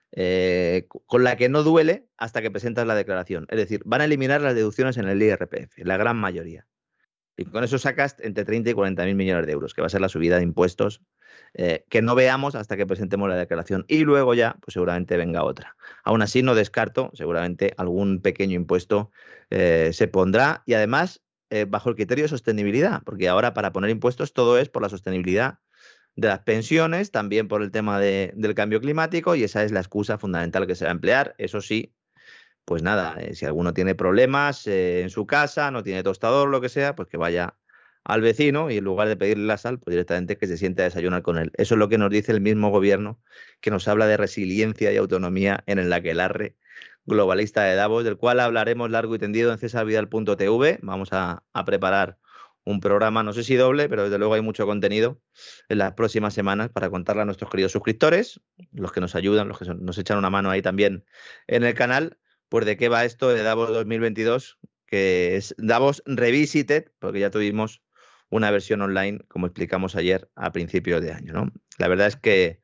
Speaker 3: eh, con la que no duele hasta que presentas la declaración. Es decir, van a eliminar las deducciones en el I R P F, la gran mayoría. Y con eso sacas entre treinta y cuarenta mil millones de euros, que va a ser la subida de impuestos eh, que no veamos hasta que presentemos la declaración. Y luego ya, pues seguramente venga otra. Aún así, no descarto, seguramente algún pequeño impuesto eh, se pondrá y además eh, bajo el criterio de sostenibilidad, porque ahora para poner impuestos todo es por la sostenibilidad de las pensiones, también por el tema de, del cambio climático y esa es la excusa fundamental que se va a emplear. Eso sí, pues nada, eh, si alguno tiene problemas eh, en su casa, no tiene tostador, lo que sea, pues que vaya al vecino y en lugar de pedirle la sal, pues directamente que se siente a desayunar con él. Eso es lo que nos dice el mismo gobierno que nos habla de resiliencia y autonomía en el aquelarre globalista de Davos, del cual hablaremos largo y tendido en cesar vidal punto t v. Vamos a, a preparar un programa, no sé si doble, pero desde luego hay mucho contenido en las próximas semanas para contarle a nuestros queridos suscriptores, los que nos ayudan, los que son, nos echan una mano ahí también en el canal, pues de qué va esto de Davos dos mil veintidós, que es Davos Revisited, porque ya tuvimos una versión online, como explicamos ayer a principios de año, ¿no? La verdad es que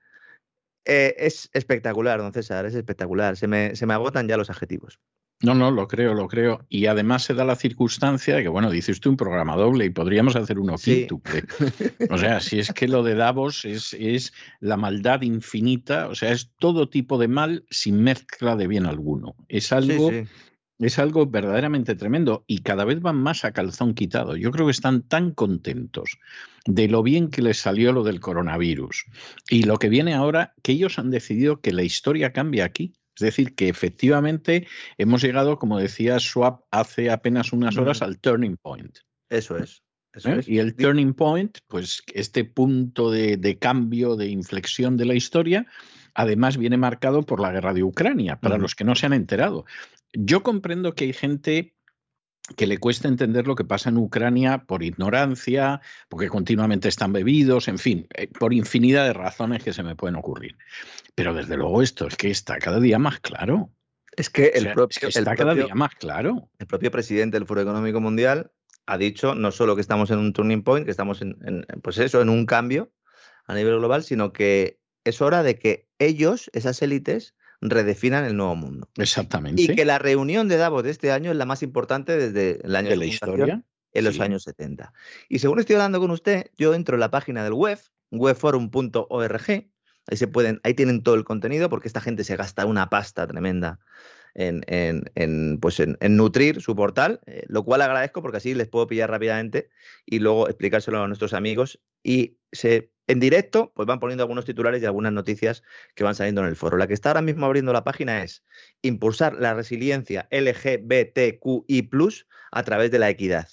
Speaker 3: eh, es espectacular, don César, es espectacular. Se me, se me agotan ya los adjetivos.
Speaker 1: No, no, lo creo, lo creo. Y además se da la circunstancia de que, bueno, dice usted un programa doble y podríamos hacer uno quíntuple. Sí. O sea, si es que lo de Davos es, es la maldad infinita, o sea, es todo tipo de mal sin mezcla de bien alguno. Es algo... Sí, sí. Es algo verdaderamente tremendo y cada vez van más a calzón quitado. Yo creo que están tan contentos de lo bien que les salió lo del coronavirus y lo que viene ahora, que ellos han decidido que la historia cambie aquí. Es decir, que efectivamente hemos llegado, como decía Schwab hace apenas unas horas, mm. al turning point.
Speaker 3: Eso es. Eso
Speaker 1: ¿Eh?
Speaker 3: es.
Speaker 1: Y el turning point, pues este punto de, de cambio, de inflexión de la historia, además viene marcado por la guerra de Ucrania, para mm. los que no se han enterado. Yo comprendo que hay gente que le cuesta entender lo que pasa en Ucrania por ignorancia, porque continuamente están bebidos, en fin, por infinidad de razones que se me pueden ocurrir. Pero desde luego esto es que está cada día más claro.
Speaker 3: Es que, el
Speaker 1: o sea,
Speaker 3: propio,
Speaker 1: es que está
Speaker 3: el
Speaker 1: cada
Speaker 3: propio,
Speaker 1: día más claro.
Speaker 3: El propio presidente del Foro Económico Mundial ha dicho no solo que estamos en un turning point, que estamos en, en, pues eso, en un cambio a nivel global, sino que es hora de que ellos, esas élites, redefinan el nuevo mundo.
Speaker 1: Exactamente.
Speaker 3: Y que la reunión de Davos de este año es la más importante desde el año
Speaker 1: de la historia,
Speaker 3: en los
Speaker 1: sí.
Speaker 3: años setenta. Y según estoy hablando con usted, yo entro en la página del web, webforum punto org, ahí se pueden, ahí tienen todo el contenido, porque esta gente se gasta una pasta tremenda en, en, en, pues en, en nutrir su portal, eh, lo cual agradezco porque así les puedo pillar rápidamente y luego explicárselo a nuestros amigos. Y se, en directo pues van poniendo algunos titulares y algunas noticias que van saliendo en el foro. La que está ahora mismo abriendo la página es impulsar la resiliencia L G B T Q I plus, a través de la equidad.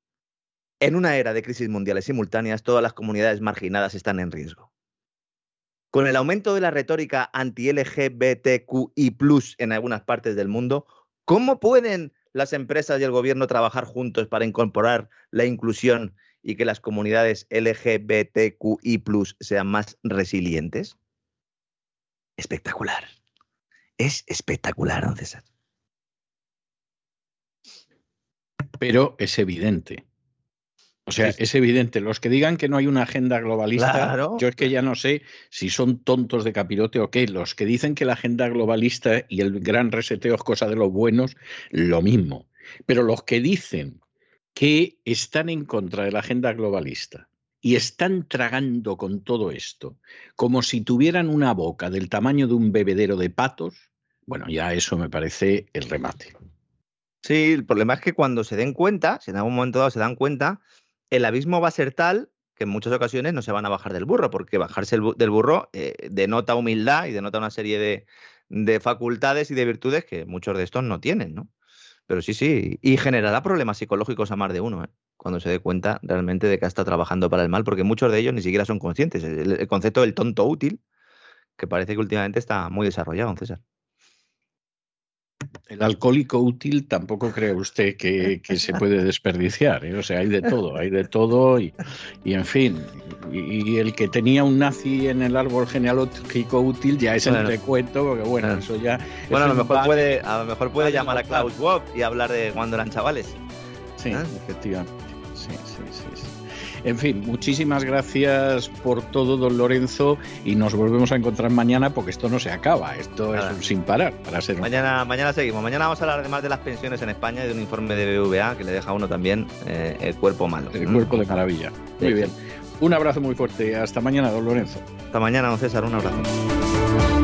Speaker 3: En una era de crisis mundiales simultáneas, todas las comunidades marginadas están en riesgo. Con el aumento de la retórica anti-L G B T Q I plus en algunas partes del mundo, ¿cómo pueden las empresas y el gobierno trabajar juntos para incorporar la inclusión y que las comunidades L G B T Q I plus sean más resilientes? Espectacular. Es espectacular, don César.
Speaker 1: Pero es evidente. O sea, es evidente. Los que digan que no hay una agenda globalista,
Speaker 3: claro,
Speaker 1: yo es que ya no sé si son tontos de capirote o qué. Los que dicen que la agenda globalista y el gran reseteo es cosa de los buenos, lo mismo. Pero los que dicen que están en contra de la agenda globalista y están tragando con todo esto como si tuvieran una boca del tamaño de un bebedero de patos, bueno, ya eso me parece el remate.
Speaker 3: Sí, el problema es que cuando se den cuenta, si en algún momento dado se dan cuenta, el abismo va a ser tal que en muchas ocasiones no se van a bajar del burro, porque bajarse el bu- del burro eh, denota humildad y denota una serie de, de facultades y de virtudes que muchos de estos no tienen, ¿no? Pero sí, sí, y generará problemas psicológicos a más de uno, ¿eh? Cuando se dé cuenta realmente de que está trabajando para el mal, porque muchos de ellos ni siquiera son conscientes. El, el concepto del tonto útil, que parece que últimamente está muy desarrollado, César.
Speaker 1: El alcohólico útil tampoco cree usted que, que se puede desperdiciar, ¿eh? O sea, hay de todo, hay de todo y, y en fin, y, y el que tenía un nazi en el árbol genealógico útil ya es el bueno, recuento, porque bueno, bueno, eso ya...
Speaker 3: Bueno, a lo mejor puede, a lo mejor puede llamar a Klaus Schwab y hablar de cuando eran chavales.
Speaker 1: Sí, ¿eh? Efectivamente, sí, sí, sí, sí. En fin, muchísimas gracias por todo, don Lorenzo, y nos volvemos a encontrar mañana porque esto no se acaba, esto Nada. es un sin parar. Para ser
Speaker 3: mañana, mañana seguimos, mañana vamos a hablar además de las pensiones en España y de un informe de B B V A que le deja a uno también eh, el cuerpo malo.
Speaker 1: El ¿no? cuerpo de maravilla. Muy sí, bien. Sí. Un abrazo muy fuerte, hasta mañana, don Lorenzo.
Speaker 3: Hasta mañana, don César, un abrazo.